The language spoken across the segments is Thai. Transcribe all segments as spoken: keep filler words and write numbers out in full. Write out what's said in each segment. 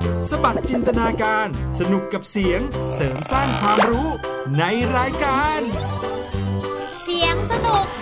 สบัดจินตนาการสนุกกับเสียงเสริมสร้างความรู้ในรายการเสียงสนุก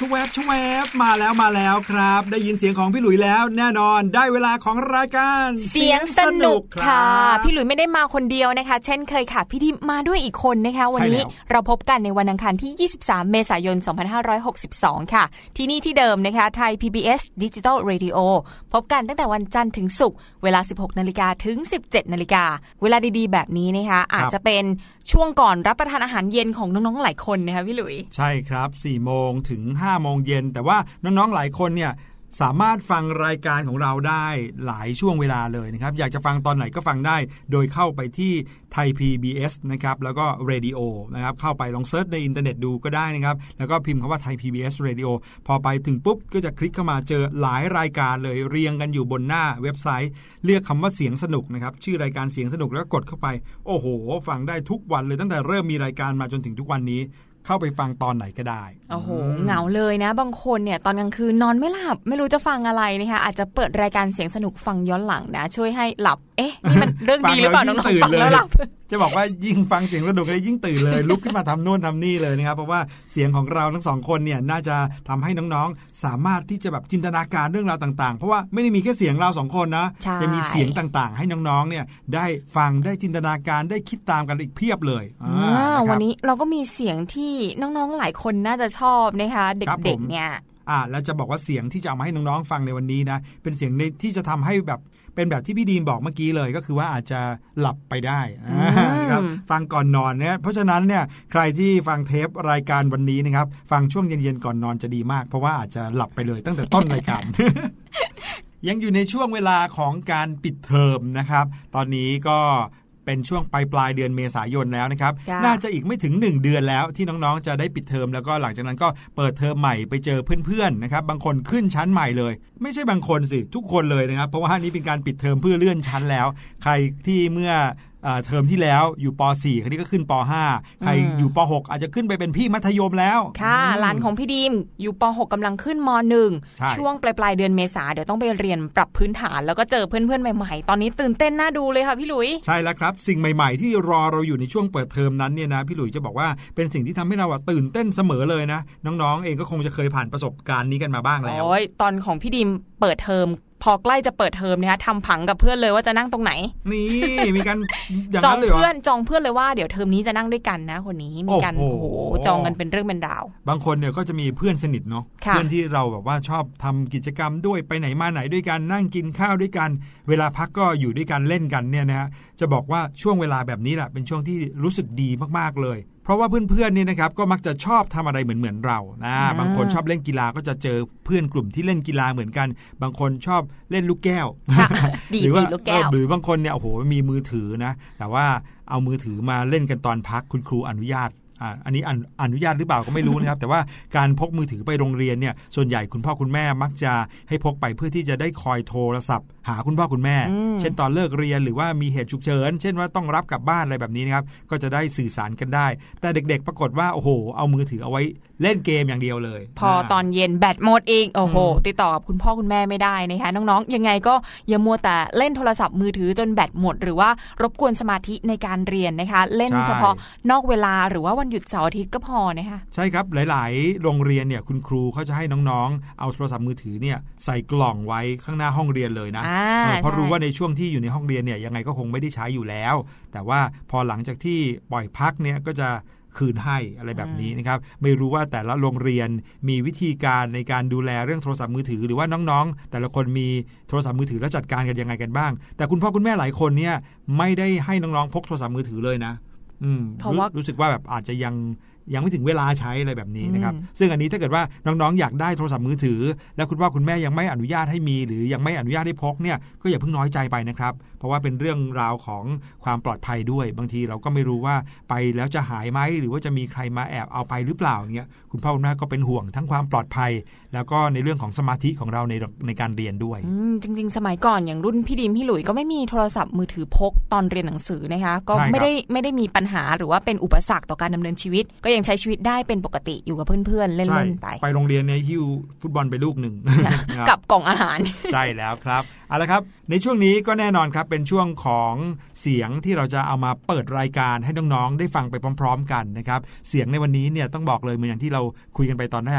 แวบชแวบมาแล้วมาแล้วครับได้ยินเสียงของพี่หลุยแล้วแน่นอนได้เวลาของรายการเสียงสนุกค่ะพี่หลุยไม่ได้มาคนเดียวนะคะเช่นเคยค่ะพี่ทิมมาด้วยอีกคนนะคะวันนี้เราพบกันในวันอังคารที่ยี่สิบสามเมษายนสองพันห้าร้อยหกสิบสองค่ะที่นี่ที่เดิมนะคะไทย พี บี เอส Digital Radio พบกันตั้งแต่วันจันทร์ถึงศุกร์เวลา สิบหกนาฬิกา ถึง สิบเจ็ดนาฬิกาเวลาดีๆแบบนี้นะคะอาจจะเป็นช่วงก่อนรับประทานอาหารเย็นของน้องๆหลายคนนะคะพี่หลุยใช่ครับสี่โมงถึงห้าโมงเย็นแต่ว่าน้องๆหลายคนเนี่ยสามารถฟังรายการของเราได้หลายช่วงเวลาเลยนะครับอยากจะฟังตอนไหนก็ฟังได้โดยเข้าไปที่ไทย พี บี เอส นะครับแล้วก็ Radio นะครับเข้าไปลองเซิร์ชในอินเทอร์เน็ตดูก็ได้นะครับแล้วก็พิมพ์คำว่าไทย พี บี เอส Radio พอไปถึงปุ๊บก็จะคลิกเข้ามาเจอหลายรายการเลยเรียงกันอยู่บนหน้าเว็บไซต์เรียกคำว่าเสียงสนุกนะครับชื่อรายการเสียงสนุกแล้วก็กดเข้าไปโอ้โหฟังได้ทุกวันเลยตั้งแต่เริ่มมีรายการมาจนถึงทุกวันนี้เข้าไปฟังตอนไหนก็ได้โอ้โหเหงาเลยนะบางคนเนี่ยตอนกลางคืนนอนไม่หลับไม่รู้จะฟังอะไรนะคะอาจจะเปิดรายการเสียงสนุกฟังย้อนหลังนะช่วยให้หลับเอ๊ะนี่มันเรื่องดีหรือเปล่าน้องๆฟังแล้วหลับจะบอกว่ายิ่งฟังเสียงสนุกเลยยิ่งตื่นเลยลุกขึ้นมาทำโน่นทำนี่เลยนะครับเพราะว่าเสียงของเราทั้งสองคนเนี่ยน่าจะทำให้น้องๆสามารถที่จะแบบจินตนาการเรื่องราวต่างๆเพราะว่าไม่ได้มีแค่เสียงเราสองคนนะจะมีเสียงต่างๆให้น้องๆเนี่ยได้ฟังได้จินตนาการได้คิดตามกันอีกเพียบเลยวันนี้เราก็มีเสียงที่น้องๆหลายคนน่าจะชอบนะคะเด็กๆเนี่ยอ่าแล้วจะบอกว่าเสียงที่จะเอามาให้น้องๆฟังในวันนี้นะเป็นเสียงที่จะทำให้แบบเป็นแบบที่พี่ดีมบอกเมื่อกี้เลยก็คือว่าอาจจะหลับไปได้นะครับฟังก่อนนอนเนี่ยเพราะฉะนั้นเนี่ยใครที่ฟังเทปรายการวันนี้นะครับฟังช่วงเย็นๆก่อนนอนจะดีมากเพราะว่าอาจจะหลับไปเลยตั้งแต่ต้นรายการ ยังอยู่ในช่วงเวลาของการปิดเทอมนะครับตอนนี้ก็เป็นช่วงปลายปลายเดือนเมษายนแล้วนะครับน่าจะอีกไม่ถึงหนึ่งเดือนแล้วที่น้องๆจะได้ปิดเทอมแล้วก็หลังจากนั้นก็เปิดเทอมใหม่ไปเจอเพื่อนๆนะครับบางคนขึ้นชั้นใหม่เลยไม่ใช่บางคนสิทุกคนเลยนะครับเพราะว่านี่เป็นการปิดเทอมเพื่อเลื่อนชั้นแล้วใครที่เมื่อเทอมที่แล้วอยู่ป สี่ คราวนี้ก็ขึ้นป ห้า ใครอยู่ป หก อาจจะขึ้นไปเป็นพี่มัธยมแล้วค่ะหลานของพี่ดีมอยู่ป หก กำลังขึ้นม หนึ่ง ช่วงปลายปลายเดือนเมษาเดี๋ยวต้องไปเรียนปรับพื้นฐานแล้วก็เจอเพื่อนๆใหม่ๆตอนนี้ตื่นเต้นน่าดูเลยค่ะพี่หลุยใช่แล้วครับสิ่งใหม่ๆที่รอเราอยู่ในช่วงเปิดเทอมนั้นเนี่ยนะพี่หลุยจะบอกว่าเป็นสิ่งที่ทำให้เราตื่นเต้นเสมอเลยนะน้องๆเองก็คงจะเคยผ่านประสบการณ์นี้กันมาบ้างแล้วโอ้ยตอนของพี่ดีมเปิดเทอมพอใกล้จะเปิดเทอมนะคะทำผังกับเพื่อนเลยว่าจะนั่งตรงไหนนี่มีการจองเพื่อนจองเพื่อนเลยว่าเดี๋ยวเทอมนี้จะนั่งด้วยกันนะคนนี้มีการโอ้โหจองกันเป็นเรื่องเป็นราวบางคนเนี่ยก็จะมีเพื่อนสนิทเนาะเพื่อนที่เราแบบว่าชอบทำกิจกรรมด้วยไปไหนมาไหนด้วยกันนั่งกินข้าวด้วยกันเวลาพักก็อยู่ด้วยกันเล่นกันเนี่ยนะฮะจะบอกว่าช่วงเวลาแบบนี้แหละเป็นช่วงที่รู้สึกดีมากๆเลยเพราะว่าเพื่อนๆนี่นะครับก็มักจะชอบทำอะไรเหมือนเหมือนเรานะบางคนชอบเล่นกีฬาก็จะเจอเพื่อนกลุ่มที่เล่นกีฬาเหมือนกันบางคนชอบเล่นลูกแก้วหรือว่าหรือบางคนเนี่ยโอ้โหมีมือถือนะแต่ว่าเอามือถือมาเล่นกันตอนพักคุณครูอนุญาตอ่าอันนี้อนุญาตหรือเปล่าก็ไม่รู้นะครับแต่ว่าการพกมือถือไปโรงเรียนเนี่ยส่วนใหญ่คุณพ่อคุณแม่มักจะให้พกไปเพื่อที่จะได้คอยโทรศัพท์หาคุณพ่อคุณแม่เช่นตอนเลิกเรียนหรือว่ามีเหตุฉุกเฉินเช่นว่าต้องรับกลับบ้านอะไรแบบนี้นะครับก็จะได้สื่อสารกันได้แต่เด็กๆปรากฏว่าโอ้โหเอามือถือเอาไว้เล่นเกมอย่างเดียวเลยพอตอนเย็นแบตหมดเองโอ้โหติดต่อกับคุณพ่อคุณแม่ไม่ได้นะคะน้องๆยังไงก็อย่ามัวแต่เล่นโทรศัพท์มือถือจนแบตหมดหรือว่ารบกวนสมาธิในการเรียนนะคะเล่นเฉพาะนอกเวลาหรือว่าวันหยุดเสาร์อาทิตย์ก็พอนะคะใช่ครับหลายๆโรงเรียนเนี่ยคุณครูเขาจะให้น้องๆเอาโทรศัพท์มือถือเนี่ยใส่กล่องไว้ข้างหน้าห้องเรียนเลยนะเพราะรู้ว่าในช่วงที่อยู่ในห้องเรียนเนี่ยยังไงก็คงไม่ได้ใช้อยู่แล้วแต่ว่าพอหลังจากที่ปล่อยพักเนี่ยก็จะคืนให้อะไรแบบนี้นะครับไม่รู้ว่าแต่ละโรงเรียนมีวิธีการในการดูแลเรื่องโทรศัพท์มือถือหรือว่าน้องๆแต่ละคนมีโทรศัพท์มือถือแล้วจัดการกันยังไงกันบ้างแต่คุณพ่อคุณแม่หลายคนเนี่ยไม่ได้ให้น้องๆพกโทรศัพท์มือถือเลยนะอืมเพราะว่ารู้สึกว่าแบบอาจจะยังยังไม่ถึงเวลาใช้อะไรแบบนี้นะครับซึ่งอันนี้ถ้าเกิดว่าน้องๆอยากได้โทรศัพท์มือถือแล้วคุณพ่อคุณแม่ยังไม่อนุญาตให้มีหรือยังไม่อนุญาตให้พกเนี่ยก็อย่าเพิ่งน้อยใจไปนะครับเพราะว่าเป็นเรื่องราวของความปลอดภัยด้วยบางทีเราก็ไม่รู้ว่าไปแล้วจะหายไหมหรือว่าจะมีใครมาแอบเอาไปหรือเปล่าเงี้ยคุณพ่อคุณแม่ก็เป็นห่วงทั้งความปลอดภัยแล้วก็ในเรื่องของสมาธิของเราในในการเรียนด้วยจริงๆสมัยก่อนอย่างรุ่นพี่ดิมพี่หลุยก็ไม่มีโทรศัพท์มือถือพกตอนเรียนหนังสือนะคะก็ไม่ได้ไม่ได้มีปัญหาหรือว่าเป็นอุปสรรคต่อการดำเนินชีวิตก็ยังใช้ชีวิตได้เป็นปกติอยู่กับเพื่อนๆเล่นๆไปไปโรงเรียนเนี่ยหิ้วฟุตบอลไปลูกหนึ่งกับกล่องอาหารใช่แล้วครับเอาละครับในช่วงนี้ก็แน่นอนครับเป็นช่วงของเสียงที่เราจะเอามาเปิดรายการให้น้องๆได้ฟังไปพร้อมๆกันนะครับเสียงในวันนี้เนี่ยต้องบอกเลยเหมือนอย่างที่เราคุยกันไปตอนแรก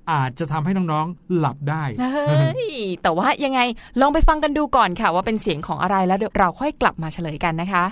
อาจจะทำให้น้องๆหลับได้เฮ้ยแต่ว่ายังไงลองไปฟังกันดูก่อนค่ะว่าเป็นเสียงของอะไรแล้วเราค่อยกลับมาเฉลยกันนะคะ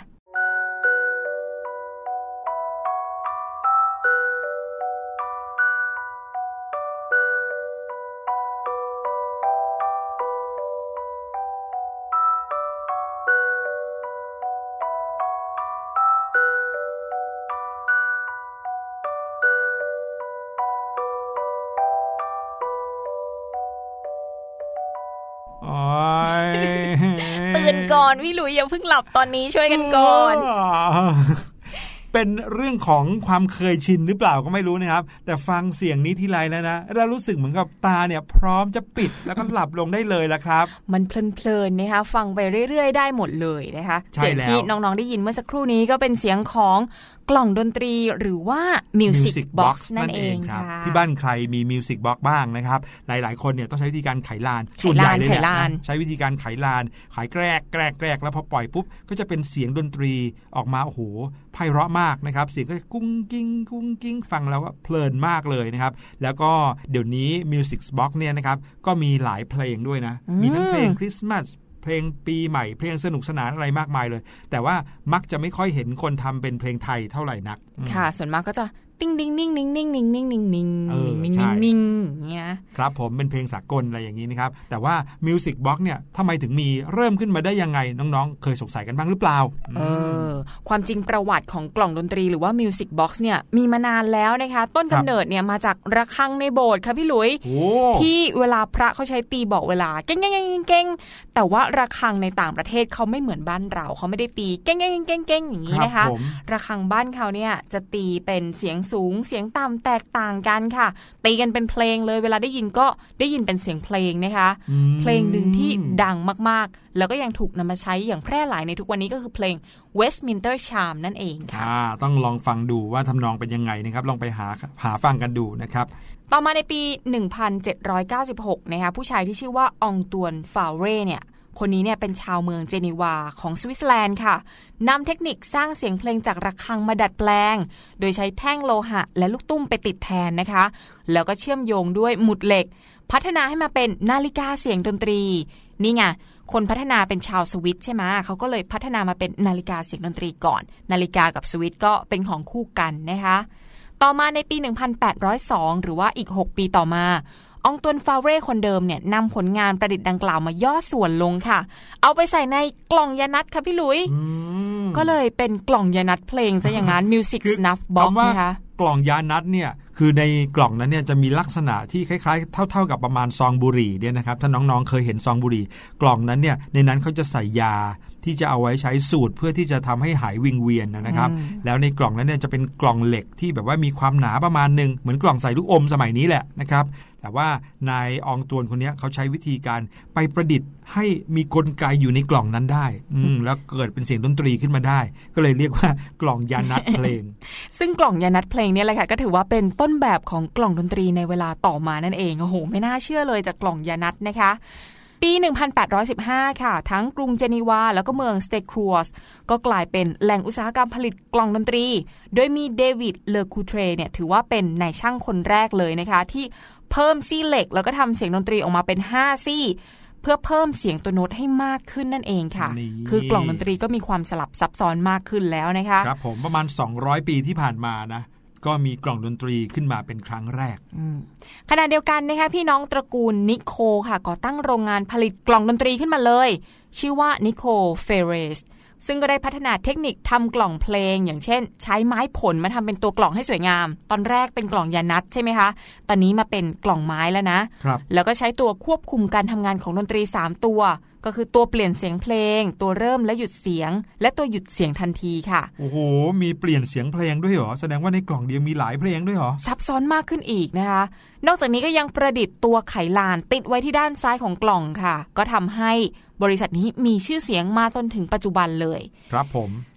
ตื่นก่อนพี่หลุยอย่าเพิ่งหลับตอนนี้ช่วยกันก่อนเป็นเรื่องของความเคยชินหรือเปล่าก็ไม่รู้นะครับแต่ฟังเสียงนี้ทีไรแล้วนะเรารู้สึกเหมือนกับตาเนี่ยพร้อมจะปิดแล้วก็หลับลงได้เลยละครับมันเพลินๆนะคะฟังไปเรื่อยๆได้หมดเลยนะคะเสียงที่น้องๆได้ยินเมื่อสักครู่นี้ก็เป็นเสียงของกล่องดนตรีหรือว่า Music Box นั่นเองค่ะที่บ้านใครมี Music Box บ้างนะครับหลายๆคนเนี่ยต้องใช้วิธีการไขลานส่วนใหญ่เลยเนี่ยใช้วิธีการไขลานไขแกรกแกรกแกรกแล้วพอปล่อยปุ๊บก็จะเป็นเสียงดนตรีออกมาโอ้โหไพเราะมากนะครับเสียงก็กุ้งกิ้งกุ้งกิ้งฟังแล้วก็เพลินมากเลยนะครับแล้วก็เดี๋ยวนี้ Music Box เนี่ยนะครับก็มีหลายเพลงด้วยนะมีทั้งเพลงคริสต์มาสเพลงปีใหม่เพลงสนุกสนานอะไรมากมายเลยแต่ว่ามักจะไม่ค่อยเห็นคนทำเป็นเพลงไทยเท่าไหร่นักค่ะส่วนมากก็จะติ้งดิ้งนิ่งนิ่งนิ่งนิ่งนิ่งนิ่งนิ่งนิ่งนิ่งนิ่งเงี้ยครับผมเป็นเพลงสากลอะไรอย่างนี้นะครับแต่ว่า Music Box เนี่ยทำไมถึงมีเริ่มขึ้นมาได้ยังไงน้องๆเคยสงสัยกันบ้างหรือเปล่าเออความจริงประวัติของกล่องดนตรีหรือว่า Music Box เนี่ยมีมานานแล้วนะคะต้นกำเนิดเนี่ยมาจากระฆังในโบสถ์ค่ะพี่หลุยที่เวลาพระเขาใช้ตีบอกเวลาเก้งเก้งเก้งเก้งแต่ว่าระฆังในต่างประเทศเขาไม่เหมือนบ้านเราเขาไม่ได้ตีเก้งเก้งเก้งเก้งอย่างนี้นะคะระฆังบ้านเขาเนี่ยจะตีเป็นเสียงสูงเสียงต่ำแตกต่างกันค่ะตีกันเป็นเพลงเลยเวลาได้ยินก็ได้ยินเป็นเสียงเพลงนะคะเพลงหนึ่งที่ดังมากๆแล้วก็ยังถูกนำมาใช้อย่างแพร่หลายในทุกวันนี้ก็คือเพลง Westminster Charm นั่นเองค่ะต้องลองฟังดูว่าทำนองเป็นยังไงนะครับลองไปหาหาฟังกันดูนะครับต่อมาในปี หนึ่งพันเจ็ดร้อยเก้าสิบหก นะคะผู้ชายที่ชื่อว่าอองตวนฟาวเร่เนี่ยคนนี้เนี่ยเป็นชาวเมืองเจนีวาของสวิตเซอร์แลนด์ค่ะนำเทคนิคสร้างเสียงเพลงจากระฆังมาดัดแปลงโดยใช้แท่งโลหะและลูกตุ้มไปติดแทนนะคะแล้วก็เชื่อมโยงด้วยหมุดเหล็กพัฒนาให้มาเป็นนาฬิกาเสียงดนตรีนี่ไงคนพัฒนาเป็นชาวสวิตใช่ไหมเขาก็เลยพัฒนามาเป็นนาฬิกาเสียงดนตรีก่อนนาฬิกากับสวิตก็เป็นของคู่กันนะคะต่อมาในปี หนึ่งพันแปดร้อยสอง หรือว่าอีกหกปีต่อมาอองตวนฟาวเร่คนเดิมเนี่ยนำผลงานประดิษฐ์ดังกล่าวมาย่อส่วนลงค่ะเอาไปใส่ในกล่องยานัตค่ะพี่ลุยก็เลยเป็นกล่องยานัตเพลงซะอย่างนั้น Music Snuff Box นะคะกล่องยานัตเนี่ยคือในกล่องนั้นเนี่ยจะมีลักษณะที่คล้ายๆเท่าๆกับประมาณซองบุหรี่เนี่ยนะครับถ้าน้องๆเคยเห็นซองบุหรี่กล่องนั้นเนี่ยในนั้นเขาจะใส่ยาที่จะเอาไว้ใช้สูตรเพื่อที่จะทำให้หายวิงเวียนนะครับแล้วในกล่องนั้นเนี่ยจะเป็นกล่องเหล็กที่แบบว่ามีความหนาประมาณนึงเหมือนกล่องใส่ลูกอมสมัยนี้แหละนะครับแต่ว่านายอองตวนคนนี้เขาใช้วิธีการไปประดิษฐ์ให้มีกลไกอยู่ในกล่องนั้นได้แล้วเกิดเป็นเสียงดนตรีขึ้นมาได้ก็เลยเรียกว่ากล่องยานัตเพลงซึ่งกล่องยานัตเพลงนี่แหละค่ะก็ถือว่าเป็นต้นแบบของกล่องดนตรีในเวลาต่อมานั่นเองโอ้โหไม่น่าเชื่อเลยจากกล่องยานัตนะคะปี หนึ่งพันแปดร้อยสิบห้า ค่ะทั้งกรุงเจนีวาแล้วก็เมืองสเตครัวสก็กลายเป็นแหล่งอุตสาหกรรมผลิตกล่องดนตรีโดยมีเดวิดเลอคูเทรเนี่ยถือว่าเป็นนายช่างคนแรกเลยนะคะที่เพิ่มซี่เหล็กแล้วก็ทำเสียงดนตรีออกมาเป็นห้าซี่เพื่อเพิ่มเสียงตัวโน้ตให้มากขึ้นนั่นเองค่ะคือกล่องดนตรีก็มีความสลับซับซ้อนมากขึ้นแล้วนะคะครับผมประมาณสองร้อยปีที่ผ่านมานะก็มีกล่องดนตรีขึ้นมาเป็นครั้งแรกขณะเดียวกันนะคะพี่น้องตระกูลนิโคค่ะก่อตั้งโรงงานผลิตกล่องดนตรีขึ้นมาเลยชื่อว่านิโคเฟเรสซึ่งก็ได้พัฒนาเทคนิคทำกล่องเพลงอย่างเช่นใช้ไม้ผลมาทำเป็นตัวกล่องให้สวยงามตอนแรกเป็นกล่องยานัตใช่ไหมคะตอนนี้มาเป็นกล่องไม้แล้วนะแล้วก็ใช้ตัวควบคุมการทำงานของดนตรีสามตัวก็คือตัวเปลี่ยนเสียงเพลงตัวเริ่มและหยุดเสียงและตัวหยุดเสียงทันทีค่ะโอ้โหมีเปลี่ยนเสียงเพลงด้วยเหรอแสดงว่าในกล่องเดียวมีหลายเพลงด้วยเหรอซับซ้อนมากขึ้นอีกนะคะนอกจากนี้ก็ยังประดิษฐ์ตัวไขลานติดไว้ที่ด้านซ้ายของกล่องค่ะก็ทำให้บริษัทนี้มีชื่อเสียงมาจนถึงปัจจุบันเลยครับผม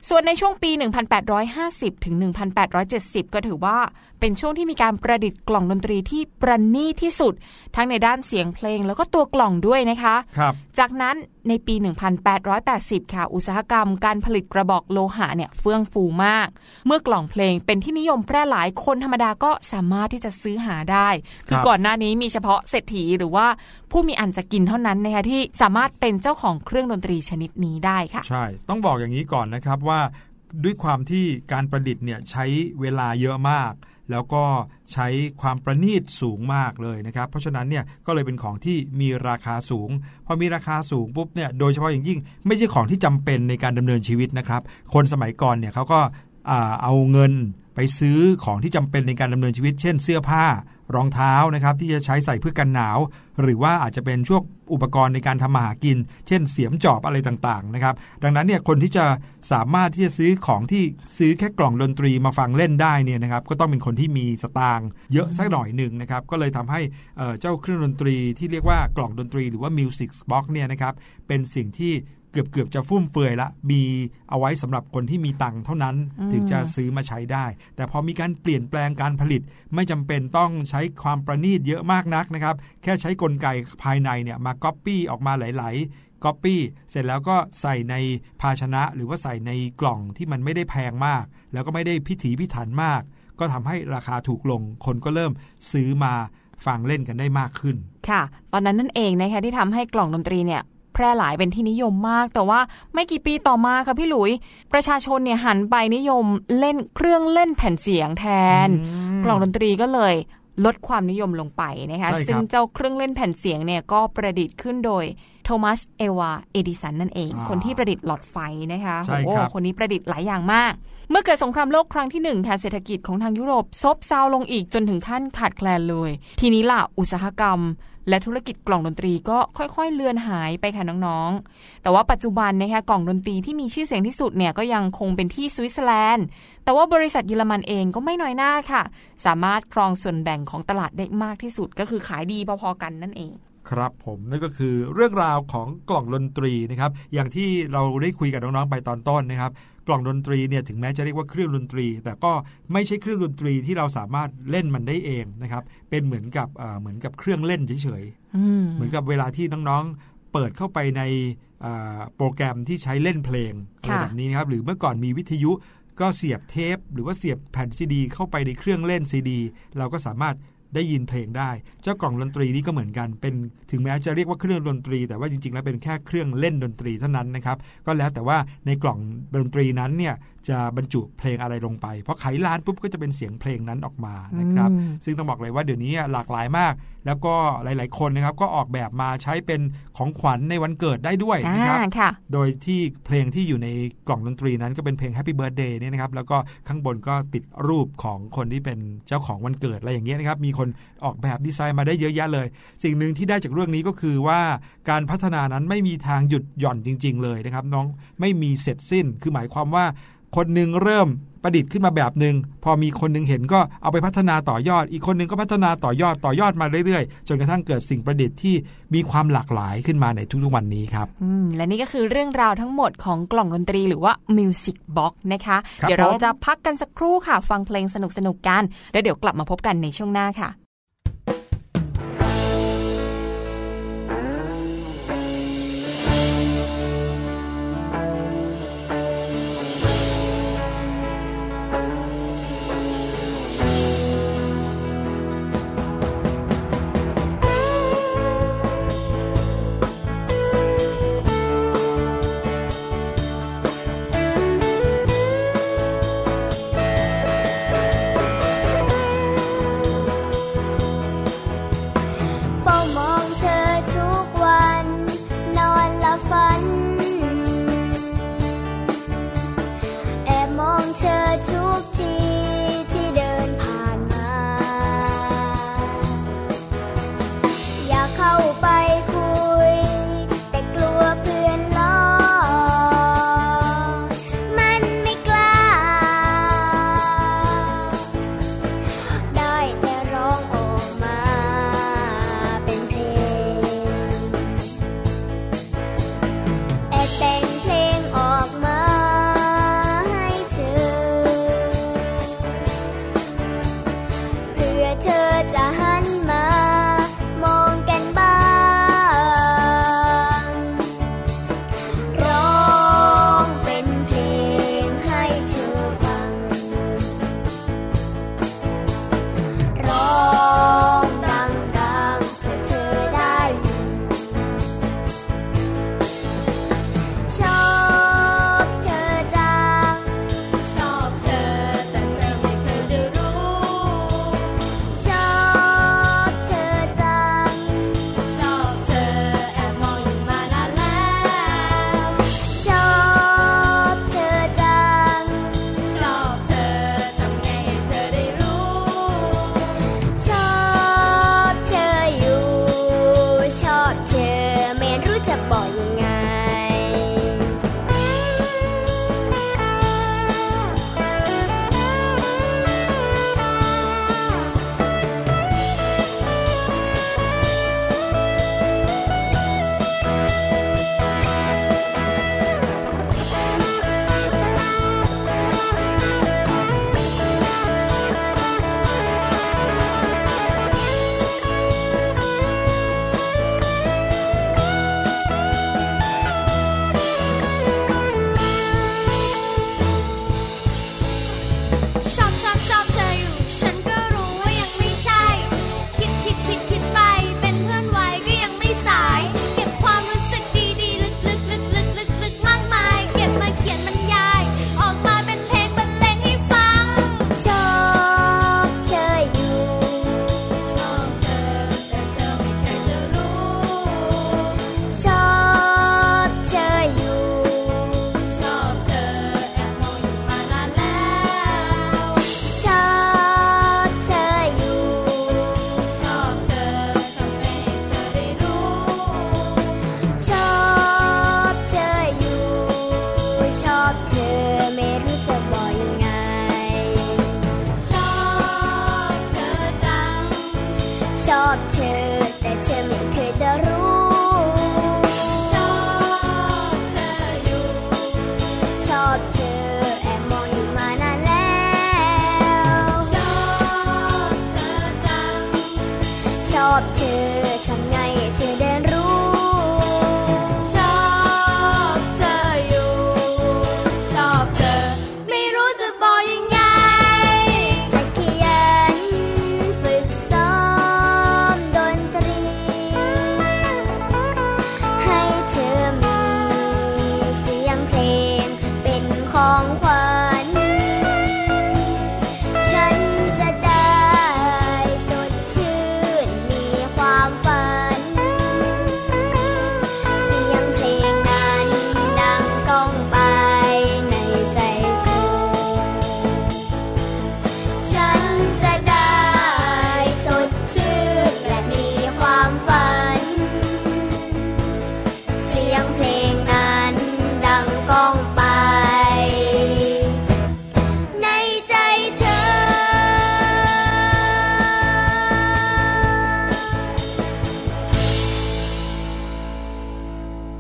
ส่วนในช่วงปี หนึ่งพันแปดร้อยห้าสิบ ถึง หนึ่งพันแปดร้อยเจ็ดสิบ ก็ถือว่าเป็นช่วงที่มีการประดิษฐ์กล่องดนตรีที่ประณีตที่สุดทั้งในด้านเสียงเพลงแล้วก็ตัวกล่องด้วยนะคะครับจากนั้นในปี หนึ่งพันแปดร้อยแปดสิบ ค่ะอุตสาหกรรมการผลิตกระบอกโลหะเนี่ยเฟื่องฟูมากเมื่อกล่องเพลงเป็นที่นิยมแพร่หลายคนธรรมดาก็สามารถที่จะซื้อหาได้คือก่อนหน้านี้มีเฉพาะเศรษฐีหรือว่าผู้มีอันจะกินเท่านั้นนะคะที่สามารถเป็นเจ้าของเครื่องดนตรีชนิดนี้ได้ค่ะใช่ต้องบอกอย่างนี้ก่อนนะครับว่าด้วยความที่การประดิษฐ์เนี่ยใช้เวลาเยอะมากแล้วก็ใช้ความประณีตสูงมากเลยนะครับเพราะฉะนั้นเนี่ยก็เลยเป็นของที่มีราคาสูงพอมีราคาสูงปุ๊บเนี่ยโดยเฉพาะอย่างยิ่งไม่ใช่ของที่จำเป็นในการดำเนินชีวิตนะครับคนสมัยก่อนเนี่ยเขาก็เอาเงินไปซื้อของที่จำเป็นในการดำเนินชีวิตเช่นเสื้อผ้ารองเท้านะครับที่จะใช้ใส่เพื่อกันหนาวหรือว่าอาจจะเป็นช่วงอุปกรณ์ในการทำมาหากินเช่นเสียมจอบอะไรต่างๆนะครับดังนั้นเนี่ยคนที่จะสามารถที่จะซื้อของที่ซื้อแค่กล่องดนตรีมาฟังเล่นได้เนี่ยนะครับก็ต้องเป็นคนที่มีสตางค์เยอะสักหน่อยหนึ่งนะครับก็เลยทำให้เจ้าเครื่องดนตรีที่เรียกว่ากล่องดนตรีหรือว่า Music Box เนี่ยนะครับเป็นสิ่งที่เกือบเกือบจะฟุ่มเฟือยละมีเอาไว้สำหรับคนที่มีตังค์เท่านั้นถึงจะซื้อมาใช้ได้แต่พอมีการเปลี่ยนแปลงการผลิตไม่จำเป็นต้องใช้ความประณีตเยอะมากนักนะครับแค่ใช้กลไกภายในเนี่ยมาก๊อปปี้ออกมาหลายๆก๊อปปี้เสร็จแล้วก็ใส่ในภาชนะหรือว่าใส่ในกล่องที่มันไม่ได้แพงมากแล้วก็ไม่ได้พิถีพิถันมากก็ทำให้ราคาถูกลงคนก็เริ่มซื้อมาฟังเล่นกันได้มากขึ้นค่ะตอนนั้นนั่นเองนะคะที่ทำให้กล่องดนตรีเนี่ยแพร่หลายเป็นที่นิยมมากแต่ว่าไม่กี่ปีต่อมาค่ะพี่หลุยประชาชนเนี่ยหันไปนิยมเล่นเครื่องเล่นแผ่นเสียงแทนกล่องดนตรีก็เลยลดความนิยมลงไปนะคะซึ่งเจ้าเครื่องเล่นแผ่นเสียงเนี่ยก็ประดิษฐ์ขึ้นโดยโทมัสเอวาเอดิสันนั่นเองคนที่ประดิษฐ์หลอดไฟนะคะโอ้คนนี้ประดิษฐ์หลายอย่างมากเมื่อเกิดสงครามโลกครั้งที่หนึ่งค่ะเศรษฐกิจของทางยุโรปซบเซาลงอีกจนถึงขั้นขาดแคลนเลยทีนี้ล่ะอุตสาหกรรมและธุรกิจกล่องดนตรีก็ค่อยๆเลือนหายไปค่ะน้องๆแต่ว่าปัจจุบันนะคะกล่องดนตรีที่มีชื่อเสียงที่สุดเนี่ยก็ยังคงเป็นที่สวิตเซอร์แลนด์แต่ว่าบริษัทเยอรมันเองก็ไม่น้อยหน้าค่ะสามารถครองส่วนแบ่งของตลาดได้มากที่สุดก็คือขายดีพอๆกันนั่นเองครับผมนั่นก็คือเรื่องราวของกล่องดนตรีนะครับอย่างที่เราได้คุยกับน้องๆไปตอนต้นนะครับกล่องดนตรีเนี่ยถึงแม้จะเรียกว่าเครื่องดนตรีแต่ก็ไม่ใช่เครื่องดนตรีที่เราสามารถเล่นมันได้เองนะครับเป็นเหมือนกับเอ่อเหมือนกับเครื่องเล่นเฉยๆเหมือนกับเวลาที่น้องๆเปิดเข้าไปในโปรแกรมที่ใช้เล่นเพลงอะไรแบบนี้นะครับหรือเมื่อก่อนมีวิทยุก็เสียบเทปหรือว่าเสียบแผ่นซีดีเข้าไปในเครื่องเล่นซีดีเราก็สามารถได้ยินเพลงได้เจ้ากล่องดนตรีนี้ก็เหมือนกันเป็นถึงแม้จะเรียกว่าเครื่องดนตรีแต่ว่าจริงๆแล้วเป็นแค่เครื่องเล่นดนตรีเท่านั้นนะครับก็แล้วแต่ว่าในกล่องดนตรีนั้นเนี่ยจะบรรจุเพลงอะไรลงไปพอไขลานปุ๊บก็จะเป็นเสียงเพลงนั้นออกมานะครับซึ่งต้องบอกเลยว่าเดี๋ยวนี้หลากหลายมากแล้วก็หลายๆคนนะครับก็ออกแบบมาใช้เป็นของขวัญในวันเกิดได้ด้วยนะครับโดยที่เพลงที่อยู่ในกล่องดนตรีนั้นก็เป็นเพลง Happy Birthday เนี่ยนะครับแล้วก็ข้างบนก็ติดรูปของคนที่เป็นเจ้าของวันเกิดอะไรอย่างเงี้ยนะครับมีคนออกแบบดีไซน์มาได้เยอะแยะเลยสิ่งหนึ่งที่ได้จากเรื่องนี้ก็คือว่าการพัฒนานั้นไม่มีทางหยุดหย่อนจริงๆเลยนะครับน้องไม่มีเสร็จสิ้นคือหมายความว่าคนนึงเริ่มประดิษฐ์ขึ้นมาแบบนึงพอมีคนนึงเห็นก็เอาไปพัฒนาต่อยอดอีกคนนึงก็พัฒนาต่อยอดต่อยอดมาเรื่อยๆจนกระทั่งเกิดสิ่งประดิษฐ์ที่มีความหลากหลายขึ้นมาในทุกๆวันนี้ครับอืมและนี่ก็คือเรื่องราวทั้งหมดของกล่องดนตรีหรือว่า Music Box นะคะเดี๋ยวเราจะพักกันสักครู่ค่ะฟังเพลงสนุกๆกันแล้วเดี๋ยวกลับมาพบกันในช่วงหน้าค่ะ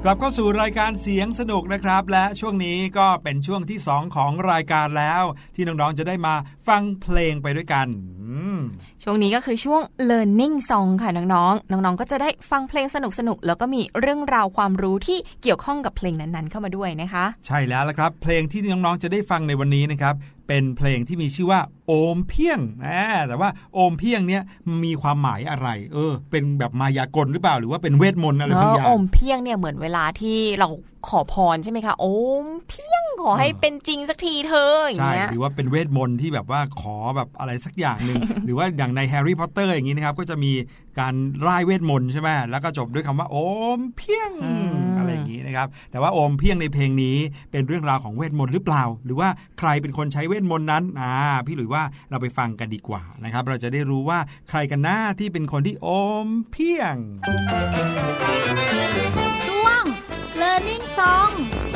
กลับเข้าสู่รายการเสียงสนุกนะครับและช่วงนี้ก็เป็นช่วงที่สองของรายการแล้วที่น้องๆจะได้มาฟังเพลงไปด้วยกันช่วงนี้ก็คือช่วง learning song ค่ะน้องๆน้องๆก็จะได้ฟังเพลงสนุกๆแล้วก็มีเรื่องราวความรู้ที่เกี่ยวข้องกับเพลงนั้นๆเข้ามาด้วยนะคะใช่แล้วละครับเพลงที่น้องๆจะได้ฟังในวันนี้นะครับเป็นเพลงที่มีชื่อว่าโอมเพียงแต่ว่าโอมเพียงเนี่ยมีความหมายอะไรเออเป็นแบบมายากลหรือเปล่าหรือว่าเป็นเวทมนต์อะไรบางอย่างโอมเพียงเนี่ยเหมือนเวลาที่เราขอพรใช่ไหมคะโอมเพียงขอให้เป็นจริงสักทีเธออย่างเงี้ยใช่หรือว่าเป็นเวทมนต์ที่แบบว่าขอแบบอะไรสักอย่างนึง หรือว่าอย่างในแฮร์รี่พอตเตอร์อย่างนี้นะครับก็จะมีการร่ายเวทมนต์ใช่ไหมแล้วก็จบด้วยคำว่าโอมเพียง อ, อะไรอย่างนี้นะครับแต่ว่าโอมเพียงในเพลงนี้เป็นเรื่องราวของเวทมนต์หรือเปล่าหรือว่าใครเป็นคนใช้เวทมนต์นั้นอ่าพี่หลุยว่าเราไปฟังกันดีกว่านะครับเราจะได้รู้ว่าใครกันหน้าที่เป็นคนที่โอมเพียงช่วง Learning Song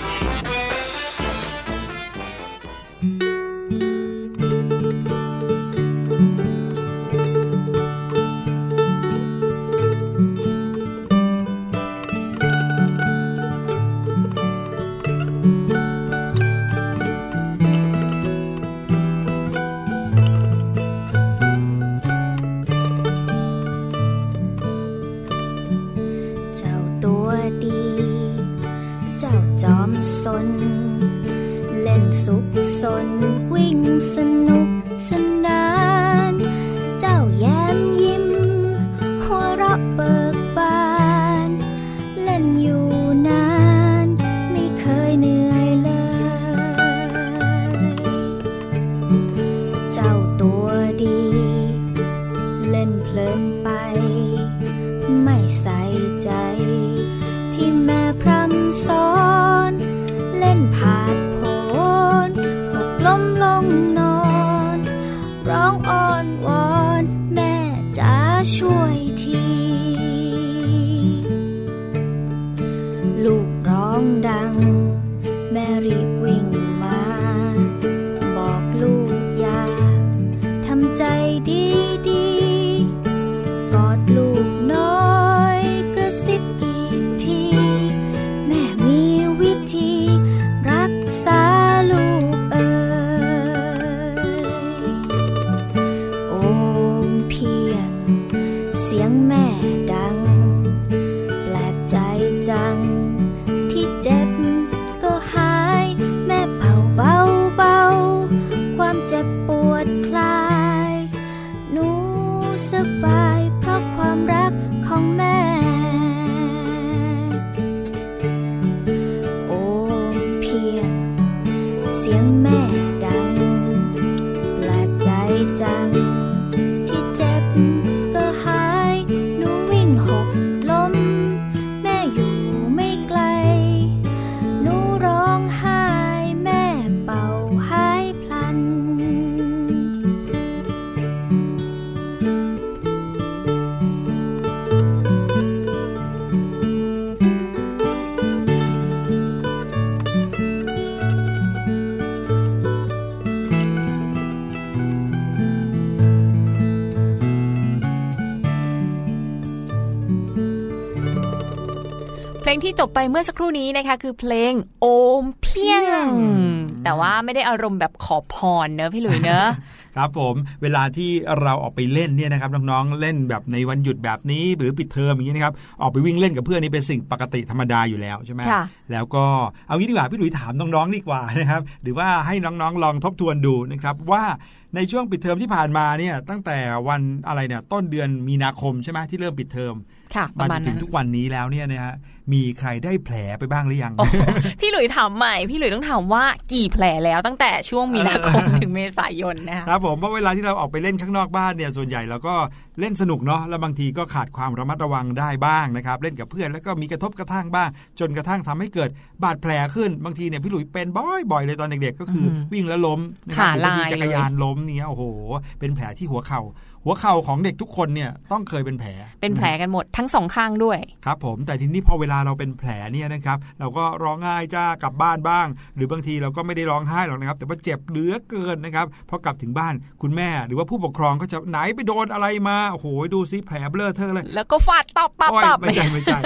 เพลงที่จบไปเมื่อสักครู่นี้นะคะคือเพลงโอมเพียงแต่ว่าไม่ได้อารมณ์แบบขอพรเนอะพี่หลุยเนอะครับผมเวลาที่เราออกไปเล่นเนี่ยนะครับน้องๆเล่นแบบในวันหยุดแบบนี้หรือปิดเทอมอย่างนี้นะครับออกไปวิ่งเล่นกับเพื่อนนี่เป็นสิ่งปกติธรรมดาอยู่แล้วใช่ไหมแล้วก็เอางี้ดีกว่าพี่หลุยถามน้องๆดีกว่านะครับหรือว่าให้น้องๆลองทบทวนดูนะครับว่าในช่วงปิดเทอมที่ผ่านมาเนี่ยตั้งแต่วันอะไรเนี่ยต้นเดือนมีนาคมใช่ไหมที่เริ่มปิดเทอมมาจนถึงทุกวันนี้แล้วเนี่ยนะฮะมีใครได้แผลไปบ้างหรือยังพี่หลุยถามใหม่พี่หลุยต้องถามว่ากี่แผลแล้วตั้งแต่ช่วงมีนาคมถึงเมษายนนะคะครับผมเพราะเวลาที่เราออกไปเล่นข้างนอกบ้านเนี่ยส่วนใหญ่เราก็เล่นสนุกเนาะแล้วบางทีก็ขาดความระมัดระวังได้บ้างนะครับเล่นกับเพื่อนแล้วก็มีกระทบกระทั่งบ้างจนกระทั่งทำให้เกิดบาดแผลขึ้นบางทีเนี่ยพี่หลุยเป็นบ่อยๆเลยตอนเด็กๆก็คือวิ่งแล้วล้มนะครับบางทีจักรยานล้มเนี่ยโอ้โหเป็นแผลที่หัวเข่าหัวเข่าของเด็กทุกคนเนี่ยต้องเคยเป็นแผลเป็นแผลกันหมดทั้งสองข้างด้วยครับผมแต่ทีนี้พอเวลาเราเป็นแผลเนี่ยนะครับเราก็ร้องไห้จ้ากลับบ้านบ้างหรือบางทีเราก็ไม่ได้ร้องไห้หรอกนะครับแต่ว่าเจ็บเหลือเกินนะครับพอกลับถึงบ้านคุณแม่หรือว่าผู้ปกครองก็จะไหนไปโดนอะไรมาโอ้โหดูซิแผลเบ้อเทอะเลยแล้วก็ฟาดตบปับปับไม่ใช่ไม่ใช่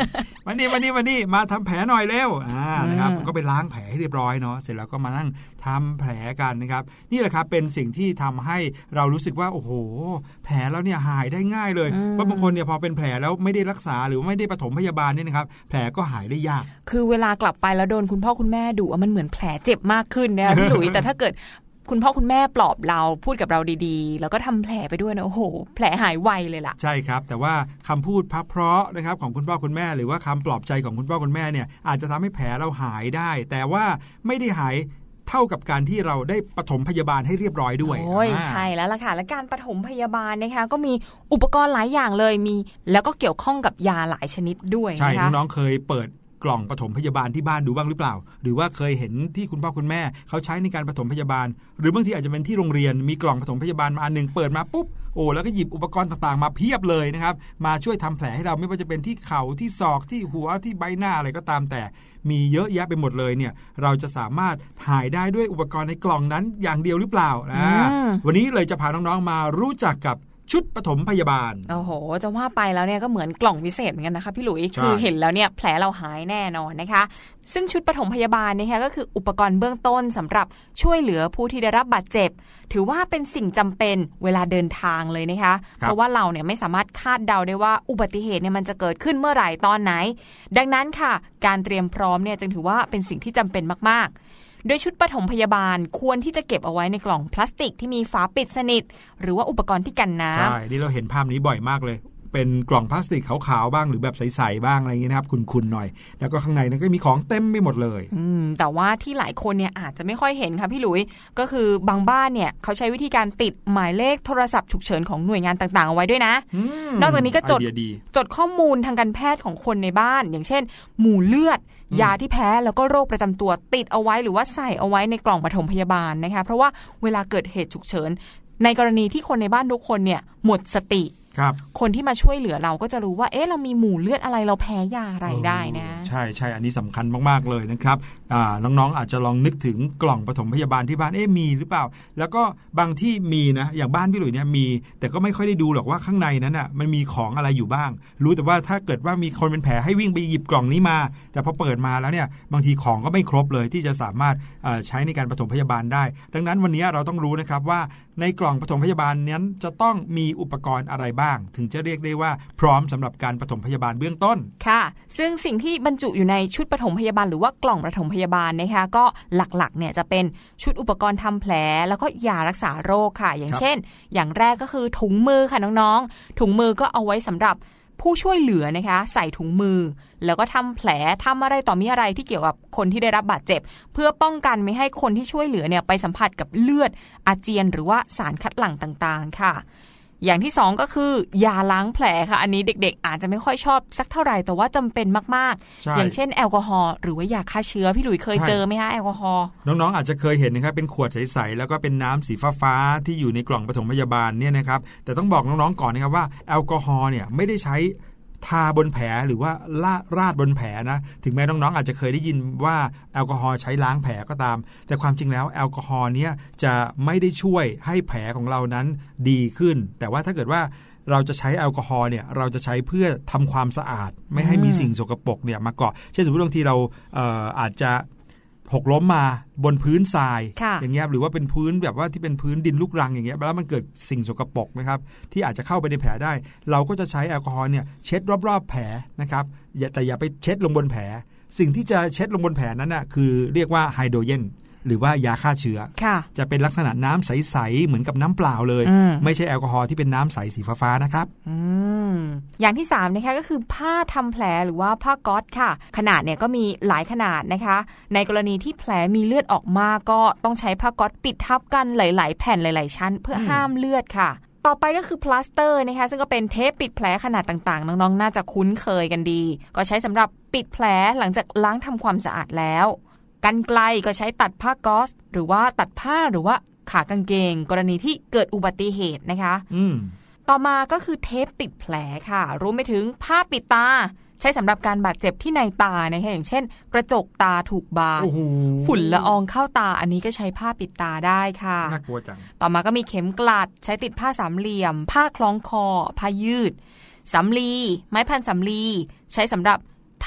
มานี่มานี่มานี่มาทำแผลหน่อยเร็วอ่านะครับก็ไปล้างแผลให้เรียบร้อยเนาะเสร็จแล้วก็มานั่งทำแผลกันนะครับนี่แหละครับเป็นสิ่งที่ทำให้เรารู้สึกว่าโอ้โหแผลแล้วเนี่ยหายได้ง่ายเลยเพราะบางคนเนี่ยพอเป็นแผลแล้วไม่ได้รักษาหรือไม่ได้ปฐมพยาบาลเนี่ยนะครับแผลก็หายได้ยากคือเวลากลับไปแล้วโดนคุณพ่อคุณแม่ดุมันเหมือนแผลเจ็บมากขึ้นนะพี่หลุยแต่ถ้าเกิดคุณพ่อคุณแม่ปลอบเราพูดกับเราดีๆแล้วก็ทำแผลไปด้วยนะโอ้โหแผลหายไวเลยล่ะใช่ครับแต่ว่าคำพูดเพราะๆนะครับของคุณพ่อคุณแม่หรือว่าคำปลอบใจของคุณพ่อคุณแม่เนี่ยอาจจะทำให้แผลเราหายได้แต่ว่าไม่ได้หายเท่ากับการที่เราได้ปฐมพยาบาลให้เรียบร้อยด้วยโอ้ยใช่แล้วล่ะค่ะและการปฐมพยาบาลนะคะก็มีอุปกรณ์หลายอย่างเลยมีแล้วก็เกี่ยวข้องกับยาหลายชนิดด้วยใช่น้องๆเคยเปิดกล่องปฐมพยาบาลที่บ้านดูบ้างหรือเปล่าหรือว่าเคยเห็นที่คุณพ่อคุณแม่เขาใช้ในการปฐมพยาบาลหรือบางทีอาจจะเป็นที่โรงเรียนมีกล่องปฐมพยาบาลมาอันนึงเปิดมาปุ๊บโอ้แล้วก็หยิบอุปกรณ์ต่างๆมาเพียบเลยนะครับมาช่วยทำแผลให้เราไม่ว่าจะเป็นที่เข่าที่ศอกที่หัวที่ใบหน้าอะไรก็ตามแต่มีเยอะแยะไปหมดเลยเนี่ยเราจะสามารถหายได้ด้วยอุปกรณ์ในกล่องนั้นอย่างเดียวหรือเปล่านะวันนี้เลยจะพาน้องๆมารู้จักกับชุดปฐมพยาบาลโอ้โหจะว่าไปแล้วเนี่ยก็เหมือนกล่องวิเศษเหมือนกันนะคะพี่หลุยคือเห็นแล้วเนี่ยแผลเราหายแน่นอนนะคะซึ่งชุดปฐมพยาบาลนะคะก็คืออุปกรณ์เบื้องต้นสำหรับช่วยเหลือผู้ที่ได้รับบาดเจ็บถือว่าเป็นสิ่งจำเป็นเวลาเดินทางเลยนะคะเพราะว่าเราเนี่ยไม่สามารถคาดเดาได้ว่าอุบัติเหตุเนี่ยมันจะเกิดขึ้นเมื่อไหร่ตอนไหนดังนั้นค่ะการเตรียมพร้อมเนี่ยจึงถือว่าเป็นสิ่งที่จำเป็นมากๆโดยชุดปฐมพยาบาลควรที่จะเก็บเอาไว้ในกล่องพลาสติกที่มีฝาปิดสนิทหรือว่าอุปกรณ์ที่กันน้ำใช่นี่เราเห็นภาพนี้บ่อยมากเลยเป็นกล่องพลาสติกขาวๆบ้างหรือแบบใสๆบ้างอะไรอย่างนี้นะครับคุณๆหน่อยแล้วก็ข้างในนั้นก็มีของเต็มไปหมดเลยอืมแต่ว่าที่หลายคนเนี่ยอาจจะไม่ค่อยเห็นค่ะพี่หลุยก็คือบางบ้านเนี่ยเขาใช้วิธีการติดหมายเลขโทรศัพท์ฉุกเฉินของหน่วยงานต่างๆเอาไว้ด้วยนะนอกจากนี้ก็จดจดข้อมูลทางการแพทย์ของคนในบ้านอย่างเช่นหมู่เลือดยาที่แพ้แล้วก็โรคประจำตัวติดเอาไว้หรือว่าใส่เอาไว้ในกล่องปฐมพยาบาลนะคะเพราะว่าเวลาเกิดเหตุฉุกเฉินในกรณีที่คนในบ้านทุกคนเนี่ยหมดสติคนที่มาช่วยเหลือเราก็จะรู้ว่าเอ๊ะเรามีหมู่เลือดอะไรเราแพ้ยาอะไรได้นะใช่ใช่อันนี้สำคัญมากๆเลยนะครับน้องๆอาจจะลองนึกถึงกล่องปฐมพยาบาลที่บ้านเอ๊ะมีหรือเปล่าแล้วก็บางที่มีนะอย่างบ้านพี่หลุยเนี่ยมีแต่ก็ไม่ค่อยได้ดูหรอกว่าข้างในนั้นอ่ะมันมีของอะไรอยู่บ้างรู้แต่ว่าถ้าเกิดว่ามีคนเป็นแผลให้วิ่งไปหยิบกล่องนี้มาแต่พอเปิดมาแล้วเนี่ยบางทีของก็ไม่ครบเลยที่จะสามารถใช้ในการปฐมพยาบาลได้ดังนั้นวันนี้เราต้องรู้นะครับว่าในกล่องปฐมพยาบาลนั้นจะต้องมีอุปกรณ์อะไรบ้างถึงจะเรียกได้ว่าพร้อมสำหรับการปฐมพยาบาลเบื้องต้นค่ะซึ่งสิ่งที่บรรจุอยู่ในชุดปฐมพยาบาลหรือว่ากล่องปฐมพยาบาลนะคะก็หลักๆเนี่ยจะเป็นชุดอุปกรณ์ทำแผลแล้วก็ยารักษาโรคค่ะอย่างเช่นอย่างแรกก็คือถุงมือค่ะน้องๆถุงมือก็เอาไว้สำหรับผู้ช่วยเหลือนะคะใส่ถุงมือแล้วก็ทำแผลทำอะไรต่อมีอะไรที่เกี่ยวกับคนที่ได้รับบาดเจ็บเพื่อป้องกันไม่ให้คนที่ช่วยเหลือเนี่ยไปสัมผัสกับเลือดอาเจียนหรือว่าสารคัดหลั่งต่างๆค่ะอย่างที่สองก็คือยาล้างแผลค่ะอันนี้เด็กๆอาจจะไม่ค่อยชอบสักเท่าไหร่แต่ว่าจำเป็นมากๆอย่างเช่นแอลกอฮอล์หรือว่ายาฆ่าเชื้อพี่หลุยเคยเจอไหมคะแอลกอฮอล์น้องๆอาจจะเคยเห็นนะครับเป็นขวดใสๆแล้วก็เป็นน้ำสีฟ้าๆที่อยู่ในกล่องปฐมพยาบาลเนี่ยนะครับแต่ต้องบอกน้องๆก่อนนะครับว่าแอลกอฮอล์เนี่ยไม่ได้ใช้ทาบนแผลหรือว่าราดบนแผลนะถึงแม้น้องๆอาจจะเคยได้ยินว่าแอลกอฮอล์ใช้ล้างแผลก็ตามแต่ความจริงแล้วแอลกอฮอล์เนี้ยจะไม่ได้ช่วยให้แผลของเรานั้นดีขึ้นแต่ว่าถ้าเกิดว่าเราจะใช้แอลกอฮอล์เนี่ยเราจะใช้เพื่อทำความสะอาดไม่ให้มีสิ่งสกปรกเนี่ยมาเกาะเช่นสมมติบางทีเราเอ่ออาจจะหกล้มมาบนพื้นทรายอย่างเงี้ยหรือว่าเป็นพื้นแบบว่าที่เป็นพื้นดินลูกรังอย่างเงี้ยแล้วมันเกิดสิ่งสกปรกนะครับที่อาจจะเข้าไปในแผลได้เราก็จะใช้แอลกอฮอล์เนี่ยเช็ดรอบๆแผลนะครับแต่อย่าไปเช็ดลงบนแผลสิ่งที่จะเช็ดลงบนแผลนั้นน่ะคือเรียกว่าไฮโดรเจนหรือว่ายาฆ่าเชื้อจะเป็นลักษณะน้ำใสๆเหมือนกับน้ำเปล่าเลยไม่ใช่แอลกอฮอล์ที่เป็นน้ำใสสีฟ้าๆนะครับอืมอย่างที่สามนะคะก็คือผ้าทำแผลหรือว่าผ้าก๊อซค่ะขนาดเนี่ยก็มีหลายขนาดนะคะในกรณีที่แผลมีเลือดออกมาก็ต้องใช้ผ้าก๊อซปิดทับกันหลายๆแผ่นหลายๆชั้นเพื่อห้ามเลือดค่ะต่อไปก็คือพลาสเตอร์นะคะซึ่งก็เป็นเทปปิดแผลขนาดต่างๆน้องๆน่าจะคุ้นเคยกันดีก็ใช้สำหรับปิดแผลหลังจากล้างทำความสะอาดแล้วกรรไกรก็ใช้ตัดผ้าก๊อซหรือว่าตัดผ้าหรือว่าขากางเกงกรณีที่เกิดอุบัติเหตุนะคะต่อมาก็คือเทปติดแผลค่ะรวมไปถึงผ้าปิดตาใช้สำหรับการบาดเจ็บที่ในตานะคะอย่างเช่นกระจกตาถูกบาดฝุ่นละอองเข้าตาอันนี้ก็ใช้ผ้าปิดตาได้ค่ะน่ากลัวจังต่อมาก็มีเข็มกลัดใช้ติดผ้าสามเหลี่ยมผ้าคล้องคอผ้ายืดสำลีไม้พันสำลีใช้สำหรับท